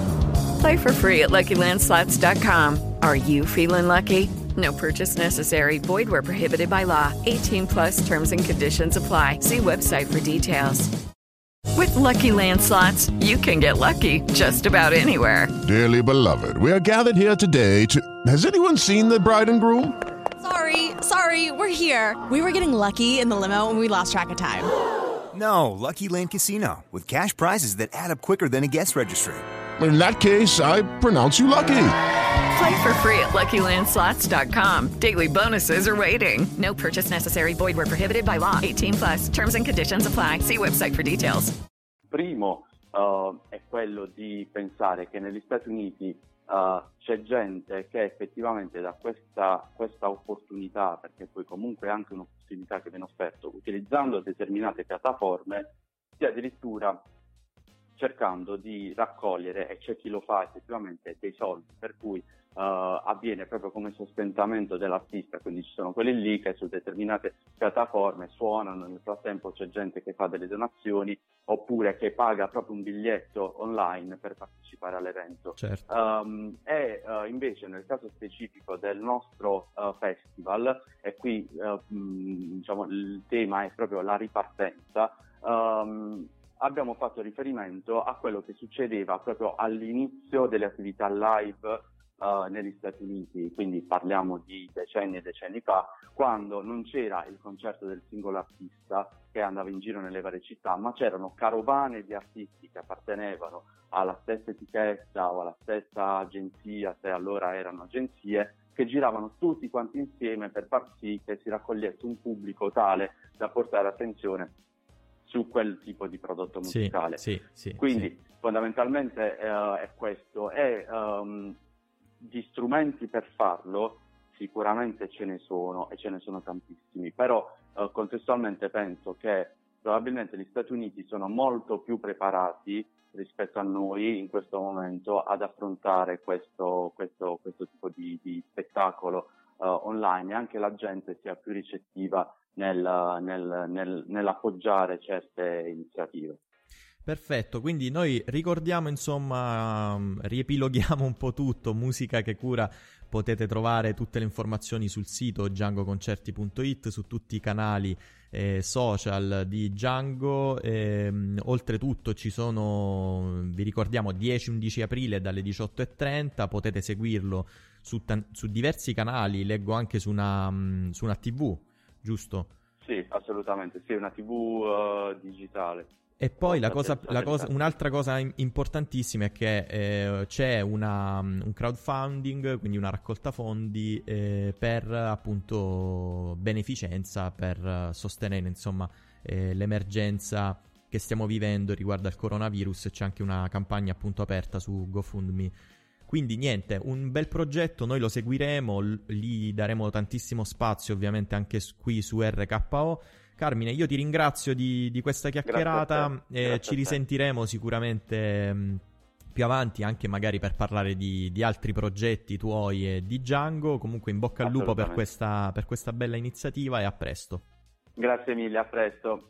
Play for free at Lucky Land Slots dot com. Are you feeling lucky? No purchase necessary. Void where prohibited by law. eighteen plus terms and conditions apply. See website for details. With Lucky Land Slots, you can get lucky just about anywhere. Dearly beloved, we are gathered here today to... Has anyone seen the bride and groom? Sorry, sorry, we're here. We were getting lucky in the limo and we lost track of time. No, Lucky Land Casino, with cash prizes that add up quicker than a guest registry. In that case, I pronounce you lucky. Play for free at Lucky Land Slots dot com. Daily bonuses are waiting. No purchase necessary. Void where prohibited by law. eighteen plus. Terms and conditions apply. See website for details. Primo uh, è quello di pensare che negli Stati Uniti uh, c'è gente che effettivamente da questa, questa opportunità, perché poi comunque è anche un'opportunità che viene offerta utilizzando determinate piattaforme, sia addirittura cercando di raccogliere, e c'è chi lo fa effettivamente, dei soldi, per cui uh, avviene proprio come sostentamento dell'artista, quindi ci sono quelli lì che su determinate piattaforme suonano, nel frattempo c'è gente che fa delle donazioni oppure che paga proprio un biglietto online per partecipare all'evento. Certo. Um, e uh, invece nel caso specifico del nostro uh, festival, e qui uh, mh, diciamo il tema è proprio la ripartenza, um, abbiamo fatto riferimento a quello che succedeva proprio all'inizio delle attività live uh, negli Stati Uniti, quindi parliamo di decenni e decenni fa, quando non c'era il concerto del singolo artista che andava in giro nelle varie città, ma c'erano carovane di artisti che appartenevano alla stessa etichetta o alla stessa agenzia, se allora erano agenzie, che giravano tutti quanti insieme per far sì che si raccogliesse un pubblico tale da portare attenzione su quel tipo di prodotto musicale. Sì, sì, sì, Quindi sì. fondamentalmente uh, è questo, e um, di strumenti per farlo sicuramente ce ne sono e ce ne sono tantissimi, però uh, contestualmente penso che probabilmente gli Stati Uniti sono molto più preparati rispetto a noi in questo momento ad affrontare questo, questo, questo tipo di, di spettacolo uh, online, e anche la gente sia più ricettiva Nel, nel, nel, nell'appoggiare certe iniziative. Perfetto, quindi noi ricordiamo, insomma, riepiloghiamo un po' tutto, Musica che cura, potete trovare tutte le informazioni sul sito django concerti punto it, su tutti i canali eh, social di Django, e, oltretutto ci sono, vi ricordiamo, dieci undici aprile dalle diciotto e trenta, potete seguirlo su, tan- su diversi canali, leggo anche su una, su una tivù, giusto? Sì, assolutamente, sì, una tivù uh, digitale. E poi la cosa, la cosa, un'altra cosa importantissima è che eh, c'è una, un crowdfunding, quindi una raccolta fondi eh, per appunto beneficenza, per sostenere insomma eh, l'emergenza che stiamo vivendo riguardo al coronavirus. C'è anche una campagna appunto aperta su GoFundMe. Quindi niente, un bel progetto, noi lo seguiremo, gli daremo tantissimo spazio ovviamente anche qui su R K O. Carmine, io ti ringrazio di, di questa chiacchierata e ci risentiremo sicuramente mh, più avanti, anche magari per parlare di, di altri progetti tuoi e di Django. Comunque in bocca al lupo per questa, per questa bella iniziativa e a presto. Grazie mille, a presto.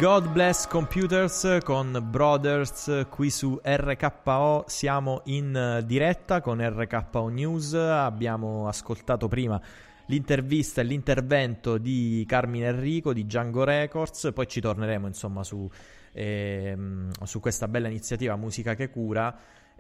God Bless Computers con Brothers qui su R K O. Siamo in diretta con R K O News. Abbiamo ascoltato prima l'intervista e l'intervento di Carmine Enrico di Django Records, poi ci torneremo insomma su, ehm, su questa bella iniziativa Musica che cura.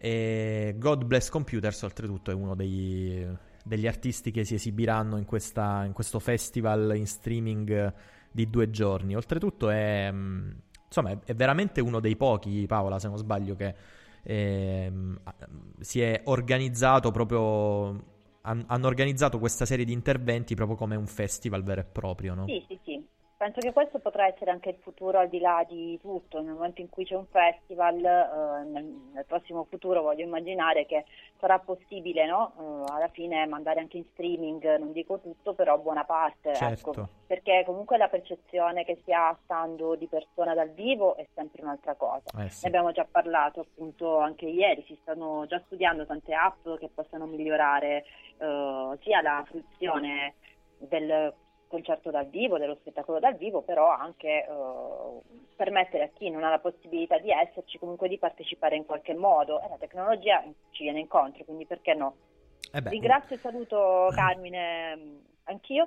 E God Bless Computers oltretutto è uno dei, degli artisti che si esibiranno in, questa, in questo festival in streaming di due giorni. Oltretutto è, insomma, è, è veramente uno dei pochi, Paola, se non sbaglio, che eh, si è organizzato proprio, han, hanno organizzato questa serie di interventi proprio come un festival vero e proprio, no? Sì, sì, sì. Penso che questo potrà essere anche il futuro al di là di tutto. Nel momento in cui c'è un festival, eh, nel, nel prossimo futuro voglio immaginare che sarà possibile, no? Eh, alla fine mandare anche in streaming, non dico tutto, però buona parte, certo. Ecco. Perché comunque la percezione che si ha stando di persona dal vivo è sempre un'altra cosa. Eh sì. Ne abbiamo già parlato appunto anche ieri, si stanno già studiando tante app che possano migliorare eh, sia la fruizione del concerto dal vivo, dello spettacolo dal vivo, però anche eh, permettere a chi non ha la possibilità di esserci comunque di partecipare in qualche modo, e la tecnologia ci viene incontro, quindi perché no? Eh beh. Ringrazio e saluto Carmine anch'io.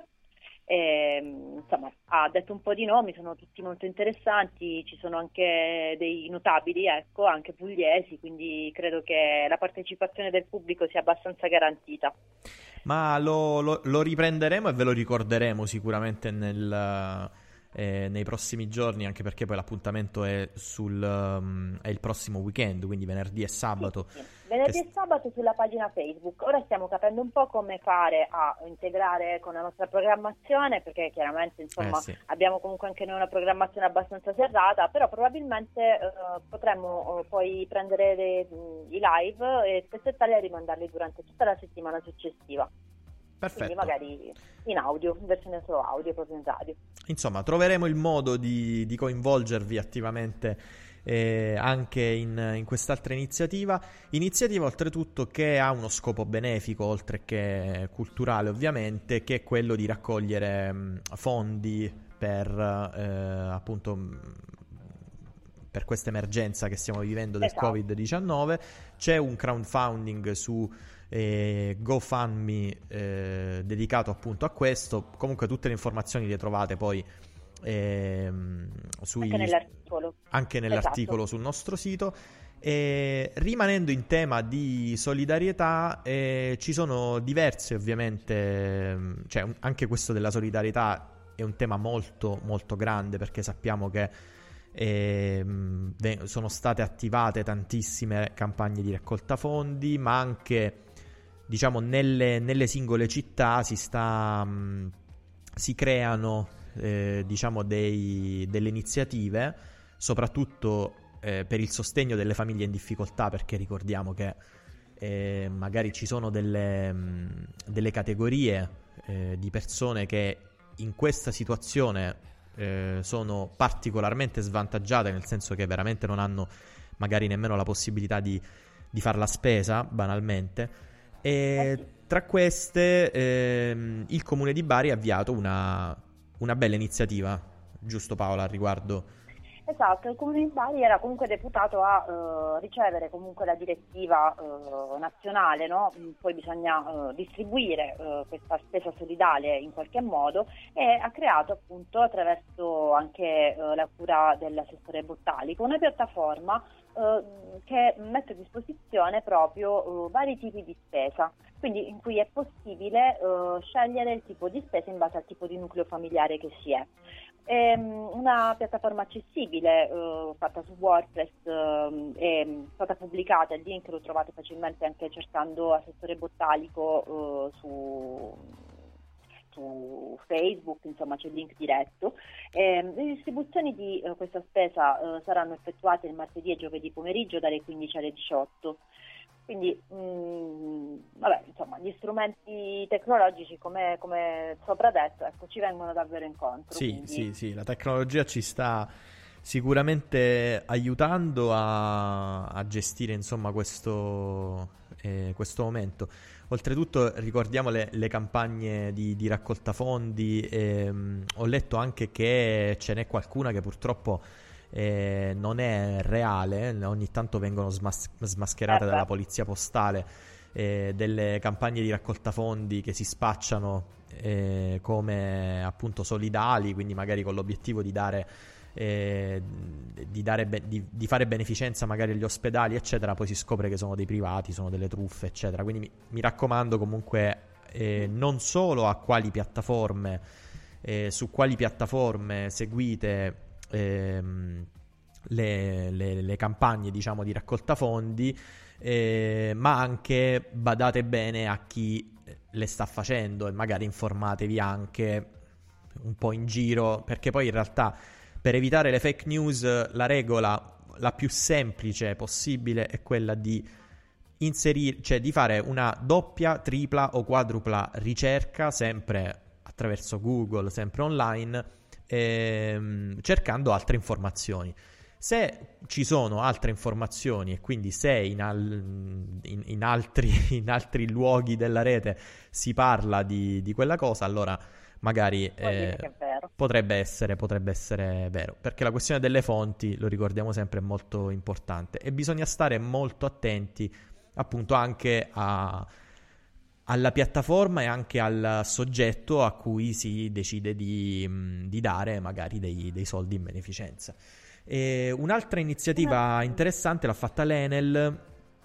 E, insomma, ha detto un po' di nomi, sono tutti molto interessanti, ci sono anche dei notabili, ecco, anche pugliesi, quindi credo che la partecipazione del pubblico sia abbastanza garantita. Ma lo, lo, lo riprenderemo e ve lo ricorderemo sicuramente nel, eh, nei prossimi giorni, anche perché poi l'appuntamento è, sul, um, è il prossimo weekend, quindi venerdì e sabato. Sì, sì. Venerdì che... e sabato sulla pagina Facebook. Ora stiamo capendo un po' come fare a integrare con la nostra programmazione, perché chiaramente insomma eh sì. abbiamo comunque anche noi una programmazione abbastanza serrata, però probabilmente eh, potremmo eh, poi prendere le, i live e spezzettarli e rimandarli durante tutta la settimana successiva. Perfetto. Quindi magari in audio, in versione solo audio, proprio in radio. Insomma, troveremo il modo di, di coinvolgervi attivamente eh, anche in, in quest'altra iniziativa. Iniziativa oltretutto che ha uno scopo benefico, oltre che culturale ovviamente, che è quello di raccogliere mh, fondi per eh, appunto mh, per questa emergenza che stiamo vivendo del esatto. covid diciannove. C'è un crowdfunding su eh, GoFundMe eh, dedicato appunto a questo. Comunque tutte le informazioni le trovate poi ehm, sui, anche nell'articolo, anche nell'articolo esatto. sul nostro sito. E rimanendo in tema di solidarietà, eh, ci sono diverse ovviamente, cioè anche questo della solidarietà è un tema molto molto grande, perché sappiamo che E, mh, sono state attivate tantissime campagne di raccolta fondi, ma anche diciamo nelle, nelle singole città si sta mh, si creano eh, diciamo dei, delle iniziative, soprattutto eh, per il sostegno delle famiglie in difficoltà, perché ricordiamo che eh, magari ci sono delle, mh, delle categorie eh, di persone che in questa situazione Eh, sono particolarmente svantaggiate, nel senso che veramente non hanno magari nemmeno la possibilità di, di fare la spesa, banalmente. E tra queste ehm, il Comune di Bari ha avviato una, una bella iniziativa, giusto Paola, al riguardo? Esatto, il Comune di Bari era comunque deputato a eh, ricevere comunque la direttiva eh, nazionale, no? Poi bisogna eh, distribuire eh, questa spesa solidale in qualche modo, e ha creato appunto, attraverso anche eh, la cura dell'assessore Bottalico, una piattaforma eh, che mette a disposizione proprio eh, vari tipi di spesa, quindi in cui è possibile eh, scegliere il tipo di spesa in base al tipo di nucleo familiare che si è. È una piattaforma accessibile, eh, fatta su WordPress, eh, è stata pubblicata, il link lo trovate facilmente anche cercando assessore Bottalico eh, su, su Facebook, insomma c'è il link diretto. Eh, le distribuzioni di eh, questa spesa eh, saranno effettuate il martedì e giovedì pomeriggio dalle quindici alle diciotto. Quindi, mh, vabbè, insomma, gli strumenti tecnologici, come, come sopra detto, ecco, ci vengono davvero incontro. Sì, quindi... sì, sì, la tecnologia ci sta sicuramente aiutando a, a gestire insomma questo, eh, questo momento. Oltretutto ricordiamo le, le campagne di, di raccolta fondi, ehm, ho letto anche che ce n'è qualcuna che purtroppo eh, non è reale, ogni tanto vengono smas- smascherate Eh beh. dalla polizia postale, eh, delle campagne di raccolta fondi che si spacciano eh, come appunto solidali, quindi magari con l'obiettivo di dare eh, di, dare be- di, di fare beneficenza magari agli ospedali eccetera, poi si scopre che sono dei privati, sono delle truffe eccetera. Quindi mi, mi raccomando comunque eh, non solo a quali piattaforme eh, su quali piattaforme seguite ehm, le, le, le campagne diciamo di raccolta fondi, eh, ma anche badate bene a chi le sta facendo e magari informatevi anche un po' in giro, perché poi in realtà per evitare le fake news la regola la più semplice possibile è quella di inserire, cioè di fare una doppia, tripla o quadrupla ricerca sempre attraverso Google, sempre online, ehm, cercando altre informazioni. Se ci sono altre informazioni e quindi se in, al, in, in, altri, in altri luoghi della rete si parla di, di quella cosa, allora magari eh, potrebbe essere, potrebbe essere vero, perché la questione delle fonti, lo ricordiamo sempre, è molto importante e bisogna stare molto attenti appunto anche a, alla piattaforma e anche al soggetto a cui si decide di, di dare magari dei, dei soldi in beneficenza. E un'altra iniziativa interessante l'ha fatta l'Enel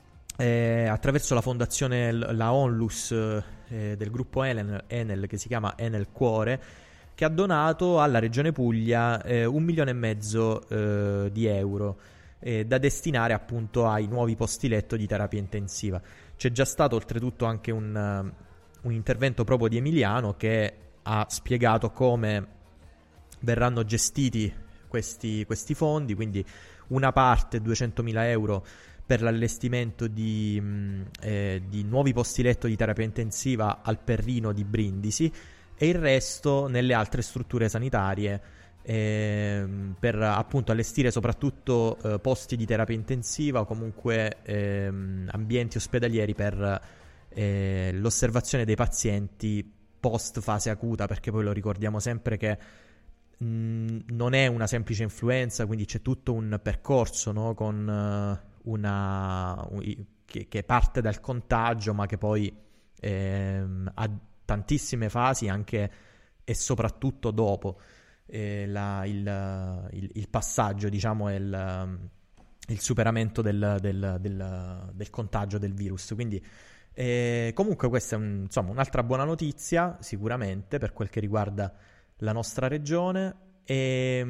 eh, attraverso la fondazione, la Onlus eh, del gruppo Enel, Enel, che si chiama Enel Cuore, che ha donato alla Regione Puglia eh, un milione e mezzo eh, di euro eh, da destinare appunto ai nuovi posti letto di terapia intensiva. C'è già stato oltretutto anche un, uh, un intervento proprio di Emiliano che ha spiegato come verranno gestiti questi, questi fondi, quindi una parte, duecentomila euro, per l'allestimento di, mh, eh, di nuovi posti letto di terapia intensiva al Perrino di Brindisi e il resto nelle altre strutture sanitarie eh, per appunto allestire soprattutto eh, posti di terapia intensiva o comunque eh, ambienti ospedalieri per eh, l'osservazione dei pazienti post fase acuta, perché poi lo ricordiamo sempre che non è una semplice influenza, quindi c'è tutto un percorso, no? Con uh, una un, che, che parte dal contagio, ma che poi ehm, ha tantissime fasi anche e soprattutto dopo eh, la, il, il, il passaggio, diciamo, e il, il superamento del, del, del, del contagio del virus. Quindi eh, comunque questa è un, insomma, un'altra buona notizia sicuramente per quel che riguarda la nostra regione. E,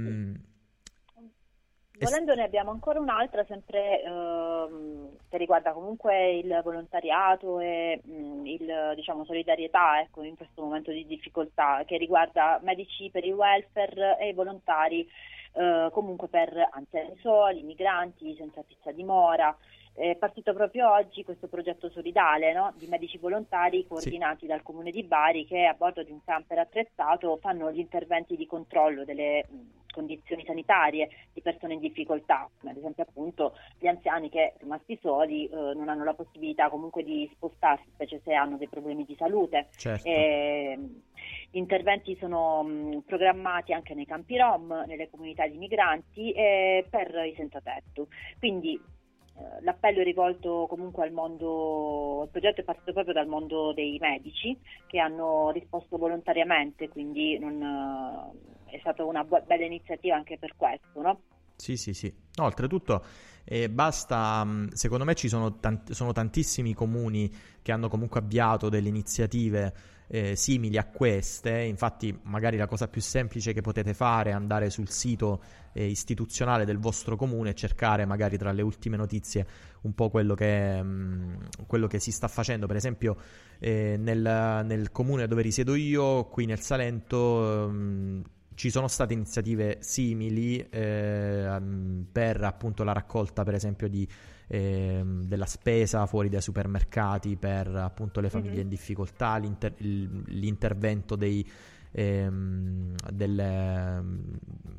volendo ne abbiamo ancora un'altra sempre ehm, che riguarda comunque il volontariato e mh, il diciamo solidarietà, ecco, in questo momento di difficoltà, che riguarda medici per il welfare e volontari eh, comunque per anziani soli, migranti senza fissa dimora. È partito proprio oggi questo progetto solidale, no? Di medici volontari coordinati sì. dal Comune di Bari, che a bordo di un camper attrezzato fanno gli interventi di controllo delle mh, condizioni sanitarie di persone in difficoltà, ad esempio appunto gli anziani che rimasti soli eh, non hanno la possibilità comunque di spostarsi, specie se hanno dei problemi di salute. Certo. E, gli interventi sono mh, programmati anche nei campi Rom, nelle comunità di migranti e per i senza tetto. Quindi l'appello è rivolto comunque al mondo, il progetto è partito proprio dal mondo dei medici che hanno risposto volontariamente, quindi non, è stata una bu- bella iniziativa anche per questo, no? Sì, sì, sì. No, oltretutto eh, basta, secondo me ci sono, tant- sono tantissimi comuni che hanno comunque avviato delle iniziative eh, simili a queste. Infatti magari la cosa più semplice che potete fare è andare sul sito eh, istituzionale del vostro comune e cercare magari tra le ultime notizie un po' quello che, mh, quello che si sta facendo. Per esempio eh, nel, nel comune dove risiedo io, qui nel Salento, mh, ci sono state iniziative simili eh, per appunto la raccolta, per esempio, di, eh, della spesa fuori dai supermercati per appunto le famiglie mm-hmm. in difficoltà, l'inter- l'intervento dei, ehm, delle,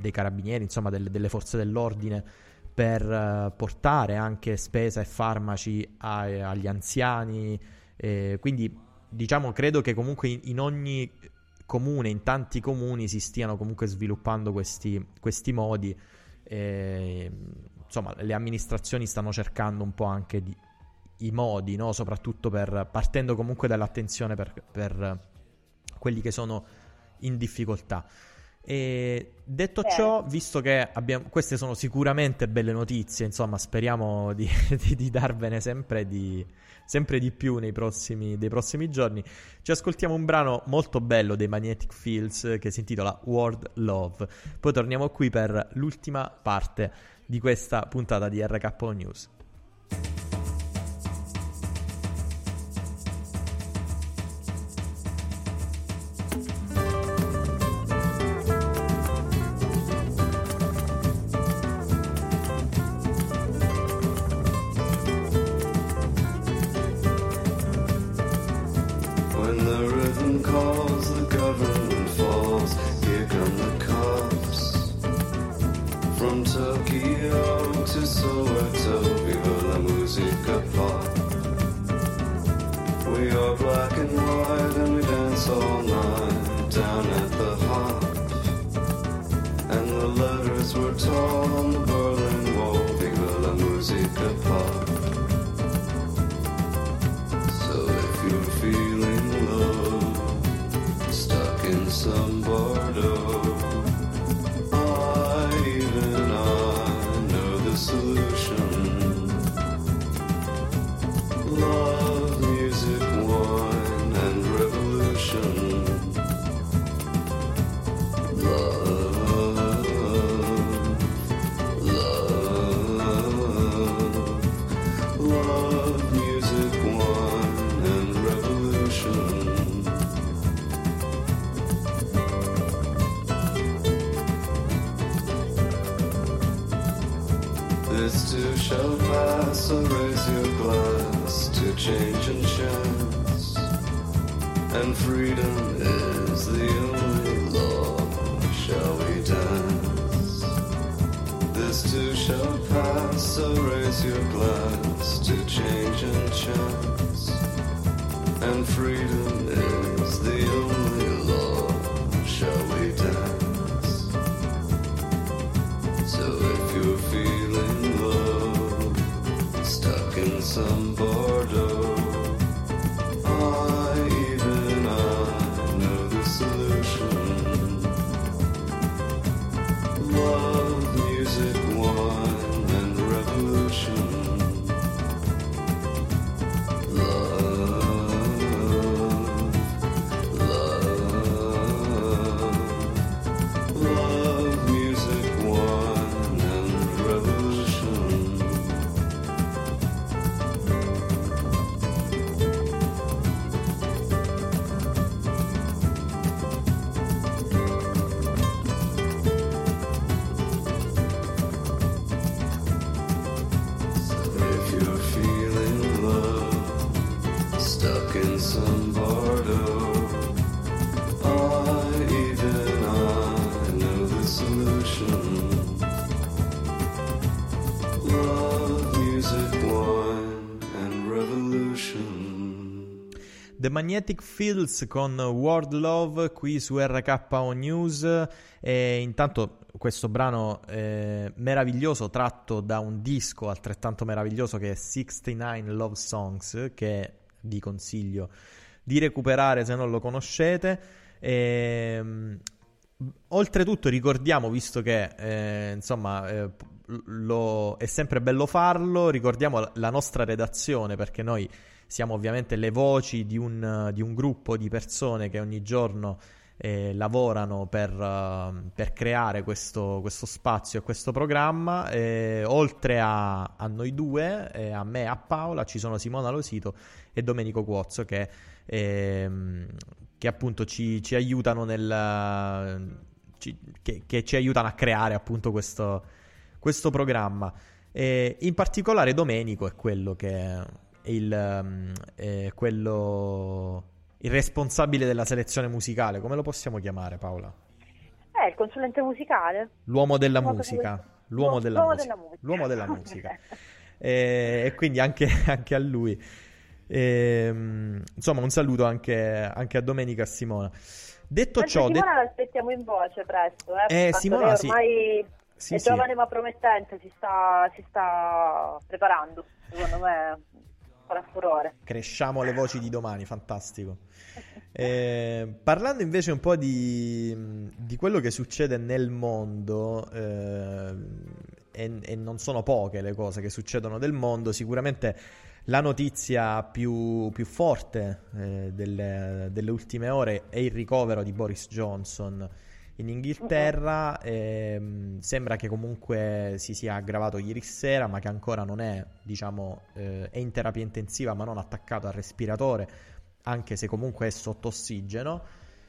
dei carabinieri, insomma delle, delle forze dell'ordine, per uh, portare anche spesa e farmaci a, agli anziani, eh, quindi diciamo credo che comunque in, in ogni comune, in tanti comuni si stiano comunque sviluppando questi, questi modi, eh, insomma le amministrazioni stanno cercando un po' anche di, i modi, no? Soprattutto per, partendo comunque dall'attenzione per, per quelli che sono in difficoltà. E detto ciò, visto che abbiamo, queste sono sicuramente belle notizie, insomma speriamo di, di, di darvene sempre di, sempre di più nei prossimi, dei prossimi giorni, ci ascoltiamo un brano molto bello dei Magnetic Fields che si intitola World Love, poi torniamo qui per l'ultima parte di questa puntata di R K O News. The Magnetic Fields con World Love qui su R K O News. E intanto questo brano eh, meraviglioso tratto da un disco altrettanto meraviglioso che è sessantanove Love Songs, che vi consiglio di recuperare se non lo conoscete. E, oltretutto ricordiamo, visto che eh, insomma eh, lo, è sempre bello farlo, ricordiamo la nostra redazione, perché noi siamo ovviamente le voci di un, di un gruppo di persone che ogni giorno eh, lavorano per, uh, per creare questo, questo spazio e questo programma. E, oltre a, a noi due, eh, a me e a Paola, ci sono Simona Losito e Domenico Cuozzo che, eh, che appunto ci, ci aiutano nel, ci, che, che ci aiutano a creare appunto questo, questo programma. E in particolare Domenico è quello che il eh, quello il responsabile della selezione musicale, come lo possiamo chiamare, Paola? Eh, il consulente musicale? L'uomo della L'uomo musica. della- L'uomo della l'uomo musica. della musica. L'uomo della musica. E, e quindi anche, anche a lui. E, insomma, un saluto anche, anche a Domenica e a Simona. Detto Anzi, ciò, Simona det- la aspettiamo in voce presto, eh, Eh, tanto Simona lei sì. ormai Sì, è sì. giovane ma promettente, si sta, si sta preparando, secondo me farà furore. cresciamo le voci di domani, fantastico. Eh, parlando invece un po' di, di quello che succede nel mondo, eh, e, e non sono poche le cose che succedono nel mondo, sicuramente la notizia più, più forte eh, delle, delle ultime ore è il ricovero di Boris Johnson in Inghilterra. ehm, sembra che comunque si sia aggravato ieri sera, ma che ancora non è, diciamo, eh, è in terapia intensiva ma non attaccato al respiratore, anche se comunque è sotto ossigeno,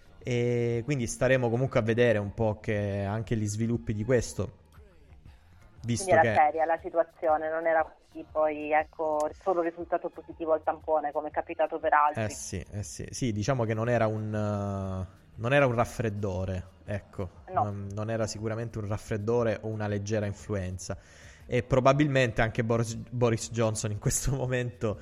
e quindi staremo comunque a vedere un po' che anche gli sviluppi di questo, visto Quindi era che seria la situazione, non era così poi, ecco, solo risultato positivo al tampone come è capitato per altri. eh sì, eh sì, sì, diciamo che non era un uh, non era un raffreddore, ecco, No. non, non era sicuramente un raffreddore o una leggera influenza, e probabilmente anche Boris, Boris Johnson in questo momento,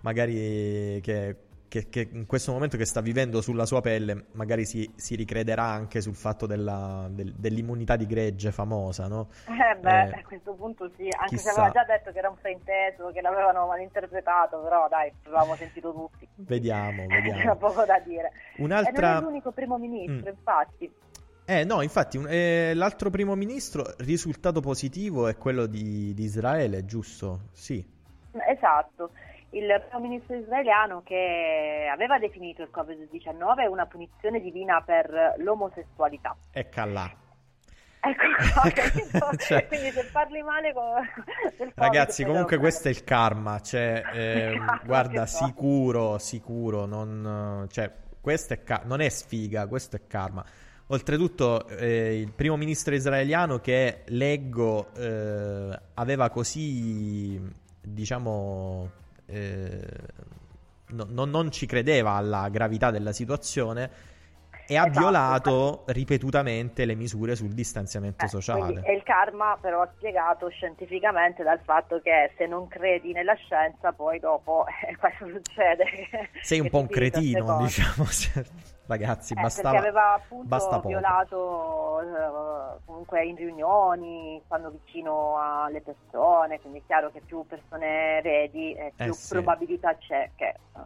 magari che, che, che in questo momento che sta vivendo sulla sua pelle, magari si, si ricrederà anche sul fatto della, del- dell'immunità di gregge famosa, no? Eh beh, Eh, a questo punto sì, anche chissà. se aveva già detto che era un frainteso, che l'avevano malinterpretato, però dai, l'avevamo sentito tutti. Vediamo, C'era vediamo. poco da dire. Un'altra- E non è l'unico primo ministro, Mm. infatti. Eh no, infatti un- eh, l'altro primo ministro risultato positivo è quello di, di Israele, giusto? Sì. Esatto, il primo ministro israeliano che aveva definito il covid diciannove una punizione divina per l'omosessualità. Ecco là. Ecco qua, capito? Cioè- Quindi se parli male con... del Covid, Ragazzi, poi comunque te lo questo è il karma, cioè, ehm, Ah, guarda, che so. sicuro, sicuro, non, cioè, questo è ca- non è sfiga, questo è karma. Oltretutto, eh, il primo ministro israeliano che leggo eh, aveva così, diciamo, eh, no- no- non ci credeva alla gravità della situazione e ha Esatto, violato ripetutamente le misure sul distanziamento Eh, sociale. quindi è il karma però spiegato scientificamente dal fatto che se non credi nella scienza poi dopo eh, questo succede. Sei un che po' un ti dicono queste cretino, cose. diciamo. se- Ragazzi, Eh, bastava, perché aveva appunto basta poco. violato eh, comunque in riunioni, quando vicino alle persone, quindi è chiaro che più persone vedi, eh, più Eh, sì. probabilità c'è che eh,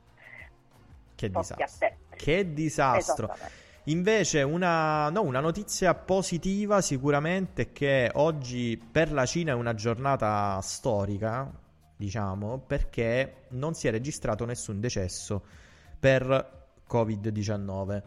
Che tocchi a disastro. te. Che disastro. Esattamente. Invece una, no, una notizia positiva sicuramente è che oggi per la Cina è una giornata storica, diciamo, perché non si è registrato nessun decesso per covid diciannove.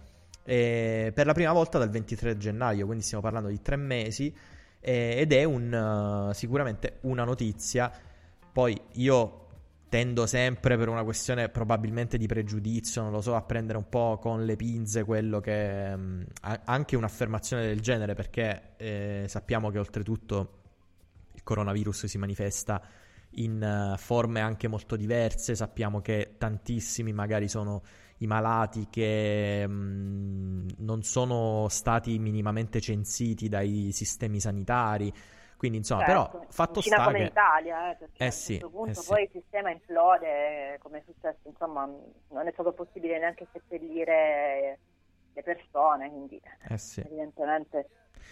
E per la prima volta dal ventitré gennaio, quindi stiamo parlando di tre mesi, e- ed è un, uh, sicuramente una notizia. Poi io tendo sempre, per una questione probabilmente di pregiudizio, non lo so, a prendere un po' con le pinze quello che mh, a- anche un'affermazione del genere, perché eh, sappiamo che oltretutto il coronavirus si manifesta in eh, forme anche molto diverse. Sappiamo che tantissimi magari sono i malati che mh, non sono stati minimamente censiti dai sistemi sanitari. Quindi insomma, Certo, però fatto in Cina sta come che in Italia, eh, perché Eh a un sì, certo punto eh sì. poi il sistema implode, come è successo, insomma, non è stato possibile neanche seppellire le persone, quindi Eh sì. evidentemente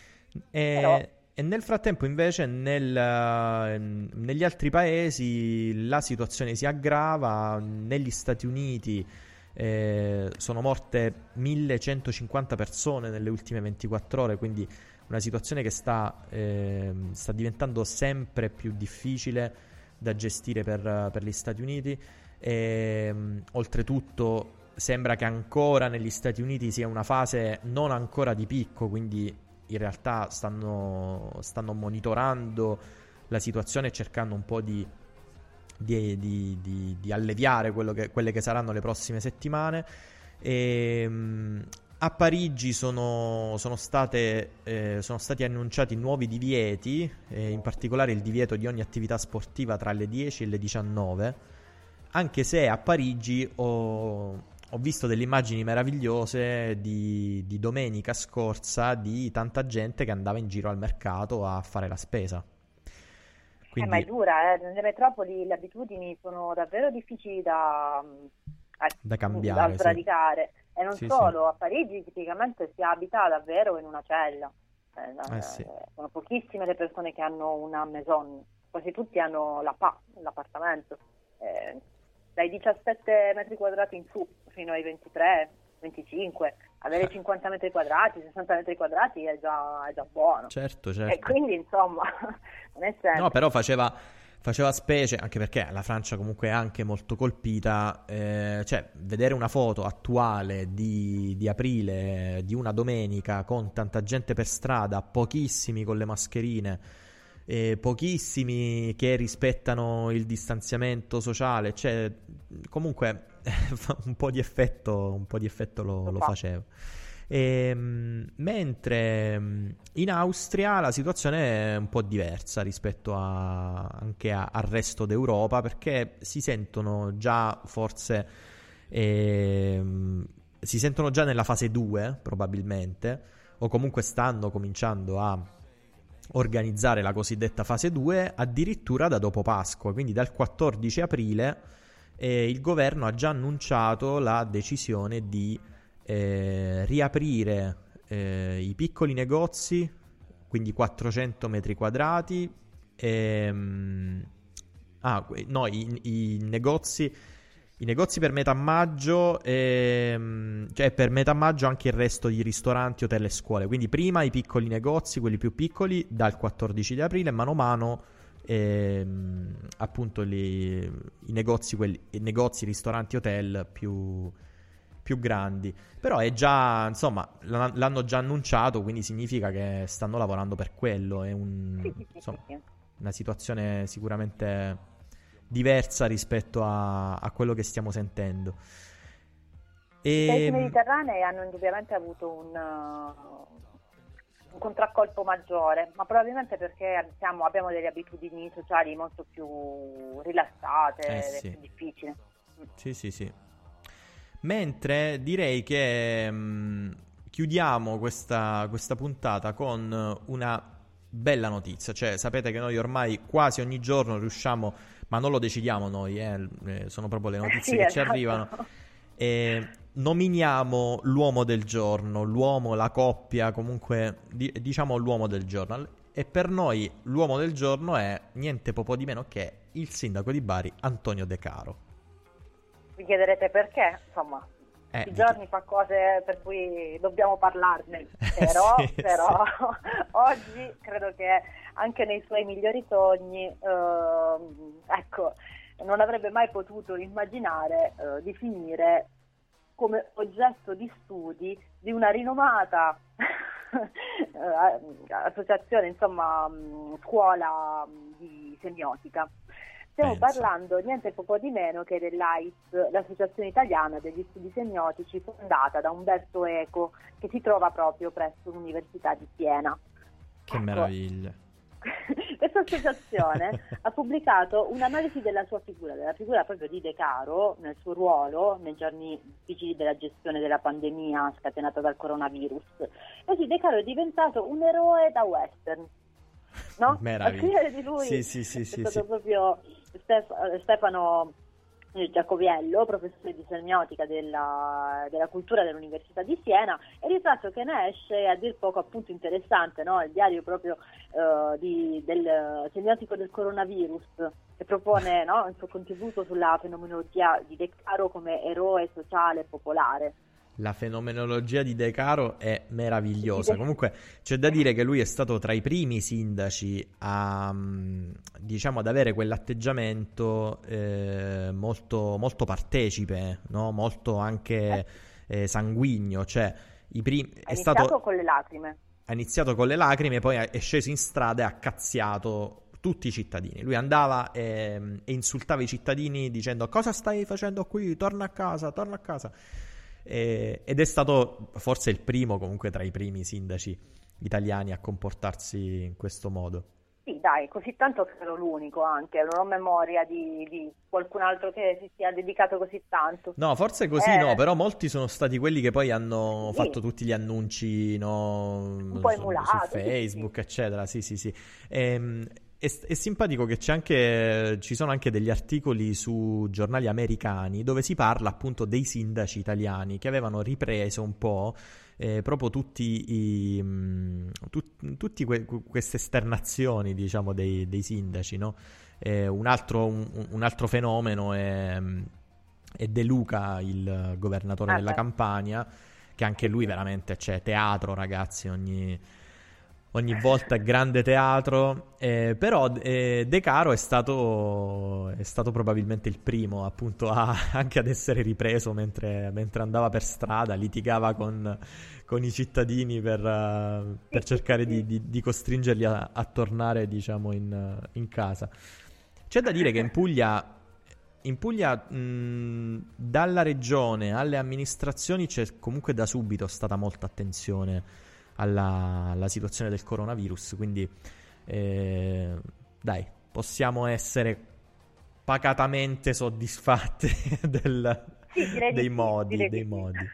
E, Però- e nel frattempo invece nel, eh, negli altri paesi la situazione si aggrava. Negli Stati Uniti eh, sono morte millecentocinquanta persone nelle ultime ventiquattro ore, quindi una situazione che sta, ehm, sta diventando sempre più difficile da gestire per, per gli Stati Uniti. E, mh, oltretutto sembra che ancora negli Stati Uniti sia una fase non ancora di picco, quindi in realtà stanno, stanno monitorando la situazione e cercando un po' di, di, di, di, di alleviare quello che, quelle che saranno le prossime settimane. E, mh, a Parigi sono, sono, state, eh, sono stati annunciati nuovi divieti, eh, in particolare il divieto di ogni attività sportiva tra le dieci e le diciannove, anche se a Parigi ho, ho visto delle immagini meravigliose di, di domenica scorsa di tanta gente che andava in giro al mercato a fare la spesa. Quindi... Eh, ma è dura, eh. Nelle metropoli le abitudini sono davvero difficili da, da cambiare, da sì. sradicare. E non Sì, solo, sì. a Parigi tipicamente si abita davvero in una cella. Eh, Eh, sì. Sono pochissime le persone che hanno una maison, quasi tutti hanno la P A, l'appartamento. Eh, dai diciassette metri quadrati in su fino ai ventitré, venticinque, avere cinquanta metri quadrati, sessanta metri quadrati è già, è già buono. Certo, E certo. quindi insomma non è semplice. No, però faceva, faceva specie, anche perché la Francia comunque è anche molto colpita, eh, cioè vedere una foto attuale di, di aprile, di una domenica con tanta gente per strada, pochissimi con le mascherine, eh, pochissimi che rispettano il distanziamento sociale, cioè comunque un po' di effetto, un po' di effetto lo, lo faceva. E, mh, mentre mh, in Austria la situazione è un po' diversa rispetto a, anche a, al resto d'Europa, perché si sentono già forse ehm, si sentono già nella fase due probabilmente, o comunque stanno cominciando a organizzare la cosiddetta fase due addirittura da dopo Pasqua, quindi dal quattordici aprile eh, il governo ha già annunciato la decisione di Eh, riaprire eh, i piccoli negozi, quindi quattrocento metri quadrati, ehm, ah, no, i, i negozi i negozi per metà maggio, ehm, cioè per metà maggio anche il resto di ristoranti, hotel e scuole, quindi prima i piccoli negozi, quelli più piccoli, dal quattordici di aprile, mano a mano ehm, appunto li, i negozi, quelli, i negozi, ristoranti, hotel più più grandi. Però è già, insomma, l'hanno già annunciato, quindi significa che stanno lavorando per quello. È un, insomma, una situazione sicuramente diversa rispetto a, a quello che stiamo sentendo. I paesi E mediterranei hanno indubbiamente avuto un, uh, un contraccolpo maggiore, ma probabilmente perché siamo, abbiamo delle abitudini sociali molto più rilassate, Eh, ed è sì. più difficile. Sì, sì, sì. Mentre direi che mh, chiudiamo questa, questa puntata con una bella notizia. Cioè, sapete che noi ormai quasi ogni giorno riusciamo, ma non lo decidiamo noi, eh, eh, sono proprio le notizie Sì, che ci esatto. arrivano. E nominiamo l'uomo del giorno, l'uomo, la coppia, comunque di- diciamo l'uomo del giorno. E per noi l'uomo del giorno è niente poco di meno che il sindaco di Bari, Antonio De Caro. Vi chiederete perché, insomma, Eh, i di- giorni fa cose per cui dobbiamo parlarne, però, Sì, però oggi credo che anche nei suoi migliori sogni, ehm, ecco, non avrebbe mai potuto immaginare eh, di finire come oggetto di studi di una rinomata eh, associazione, insomma, mh, scuola mh, di semiotica. Stiamo Pensa. parlando niente poco di meno che dell'A I S, l'Associazione Italiana degli Studi Semiotici, fondata da Umberto Eco, che si trova proprio presso l'Università di Siena. Che Ecco, meraviglia. questa associazione ha pubblicato un'analisi della sua figura, della figura proprio di De Caro, nel suo ruolo nei giorni difficili della gestione della pandemia scatenata dal coronavirus. Così De Caro è diventato un eroe da western. No? Meraviglia. A scrivere di lui Sì, sì, sì, è sì, stato sì. proprio Stef- Stefano Giacoviello, professore di semiotica della, della cultura dell'Università di Siena, e il ritratto che ne esce è a dir poco appunto interessante, no? Il diario proprio eh, di, del semiotico del coronavirus, che propone, no, il suo contributo sulla fenomenologia di De Caro come eroe sociale e popolare. La fenomenologia di De Caro è meravigliosa. Sì, De- Comunque c'è da dire che lui è stato tra i primi sindaci a, mh, diciamo, ad avere quell'atteggiamento eh, molto, molto partecipe, no? Molto anche eh, sanguigno. Cioè, i prim- Ha è iniziato stato, con le lacrime. ha iniziato con le lacrime, poi è sceso in strada e ha cazziato tutti i cittadini. Lui andava e, e insultava i cittadini dicendo: cosa stai facendo qui? Torna a casa, torna a casa. Eh, ed è stato forse il primo, comunque tra i primi sindaci italiani a comportarsi in questo modo. Sì, dai, così tanto che ero l'unico anche, non ho memoria di, di qualcun altro che si sia dedicato così tanto. No, forse così Eh, no, però molti sono stati quelli che poi hanno Sì. fatto tutti gli annunci, no, Un po' su, emulato, su sì, sì, Facebook, eccetera. Sì, sì, sì. Ehm, è, è simpatico che c'è anche, ci sono anche degli articoli su giornali americani dove si parla appunto dei sindaci italiani che avevano ripreso un po' eh, proprio tutti i mh, tut- tutti que- queste esternazioni, diciamo, dei, dei sindaci, no? Eh, un altro, un, un altro fenomeno è, è De Luca, il governatore Ah, della certo. Campania, che anche lui veramente c'è teatro, ragazzi, ogni, ogni volta è grande teatro, eh, però eh, De Caro è stato, è stato probabilmente il primo appunto a, anche ad essere ripreso mentre, mentre andava per strada, litigava con, con i cittadini per, uh, per cercare di, di, di costringerli a, a tornare, diciamo, in, in casa. C'è da dire che in Puglia, in Puglia mh, dalla regione alle amministrazioni c'è comunque da subito stata molta attenzione alla, alla situazione del coronavirus, quindi eh, dai, possiamo essere pacatamente soddisfatti del, Sì, direi di dei sì, modi, direi dei di sì. modi.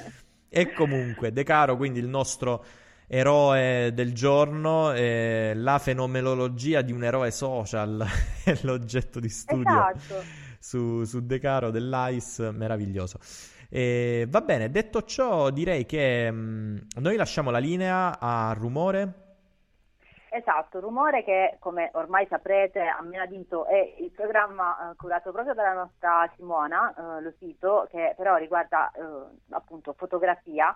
E comunque De Caro, quindi il nostro eroe del giorno, eh, la fenomenologia di un eroe social è l'oggetto di studio Esatto. su, su De Caro dell'A I S, meraviglioso. E, va bene, detto ciò direi che mh, noi lasciamo la linea a Rumore. Esatto, Rumore che, come ormai saprete, a Menadito è il programma eh, curato proprio dalla nostra Simona, eh, lo sito, che però riguarda eh, appunto fotografia,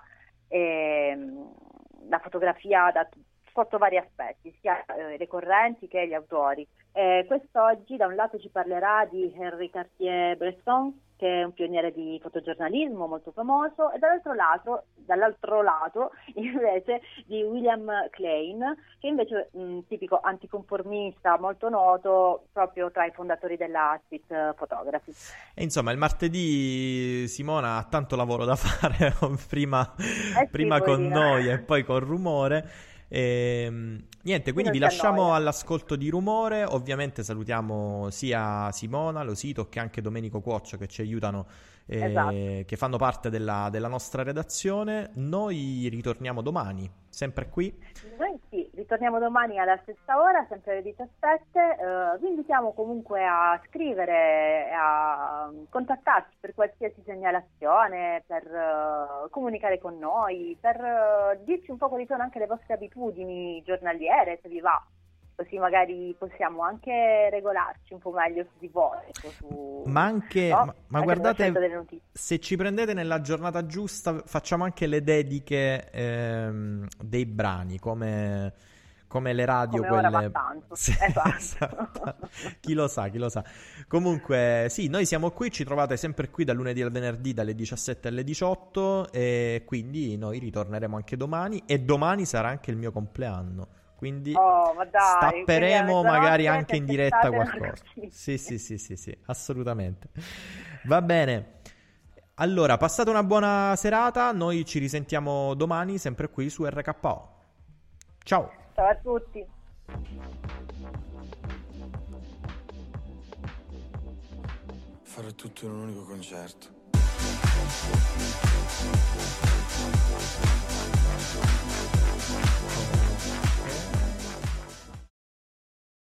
e, mh, la fotografia da, sotto vari aspetti, sia eh, le correnti che gli autori. Eh, quest'oggi da un lato ci parlerà di Henri Cartier-Bresson, che è un pioniere di fotogiornalismo molto famoso, e dall'altro lato, dall'altro lato invece di William Klein, che invece è un tipico anticonformista molto noto, proprio tra i fondatori della street photography. E insomma, il martedì Simona ha tanto lavoro da fare, prima, sì, prima con poverina. noi e poi con Rumore. E, niente, quindi vi non si lasciamo annoia. all'ascolto di Rumore. Ovviamente salutiamo sia Simona, Losito, che anche Domenico Cuoccio, che ci aiutano, eh, Esatto. che fanno parte della, della nostra redazione. Noi ritorniamo domani, sempre qui. Noi sì, ritorniamo domani alla stessa ora, sempre alle diciassette. Eh, vi invitiamo comunque a scrivere, a contattarci per qualsiasi segnalazione, per eh, comunicare con noi, per eh, dirci un po' quali sono anche le vostre abitudini giornaliere, se vi va. Così magari possiamo anche regolarci un po' meglio su di voi. ecco, Su, Ma anche, no? ma, ma Anche sulla scelta delle guardate, notizie. se ci prendete nella giornata giusta, facciamo anche le dediche ehm, dei brani, come, come le radio, Come ora quelle... va tanto. Sì, Esatto. esatto. Chi lo sa, chi lo sa. Comunque, sì, noi siamo qui, ci trovate sempre qui dal lunedì al venerdì dalle diciassette alle diciotto, e quindi noi ritorneremo anche domani, e domani sarà anche il mio compleanno. Quindi Oh, ma dai, stapperemo quindi a magari mezzanotte anche in diretta festeggiate la qualcosa. notizia. Sì, sì, sì, sì, sì, assolutamente. Va bene. Allora, passate una buona serata. Noi ci risentiamo domani, sempre qui su R K O. Ciao. Ciao a tutti. Fare tutto in un unico concerto.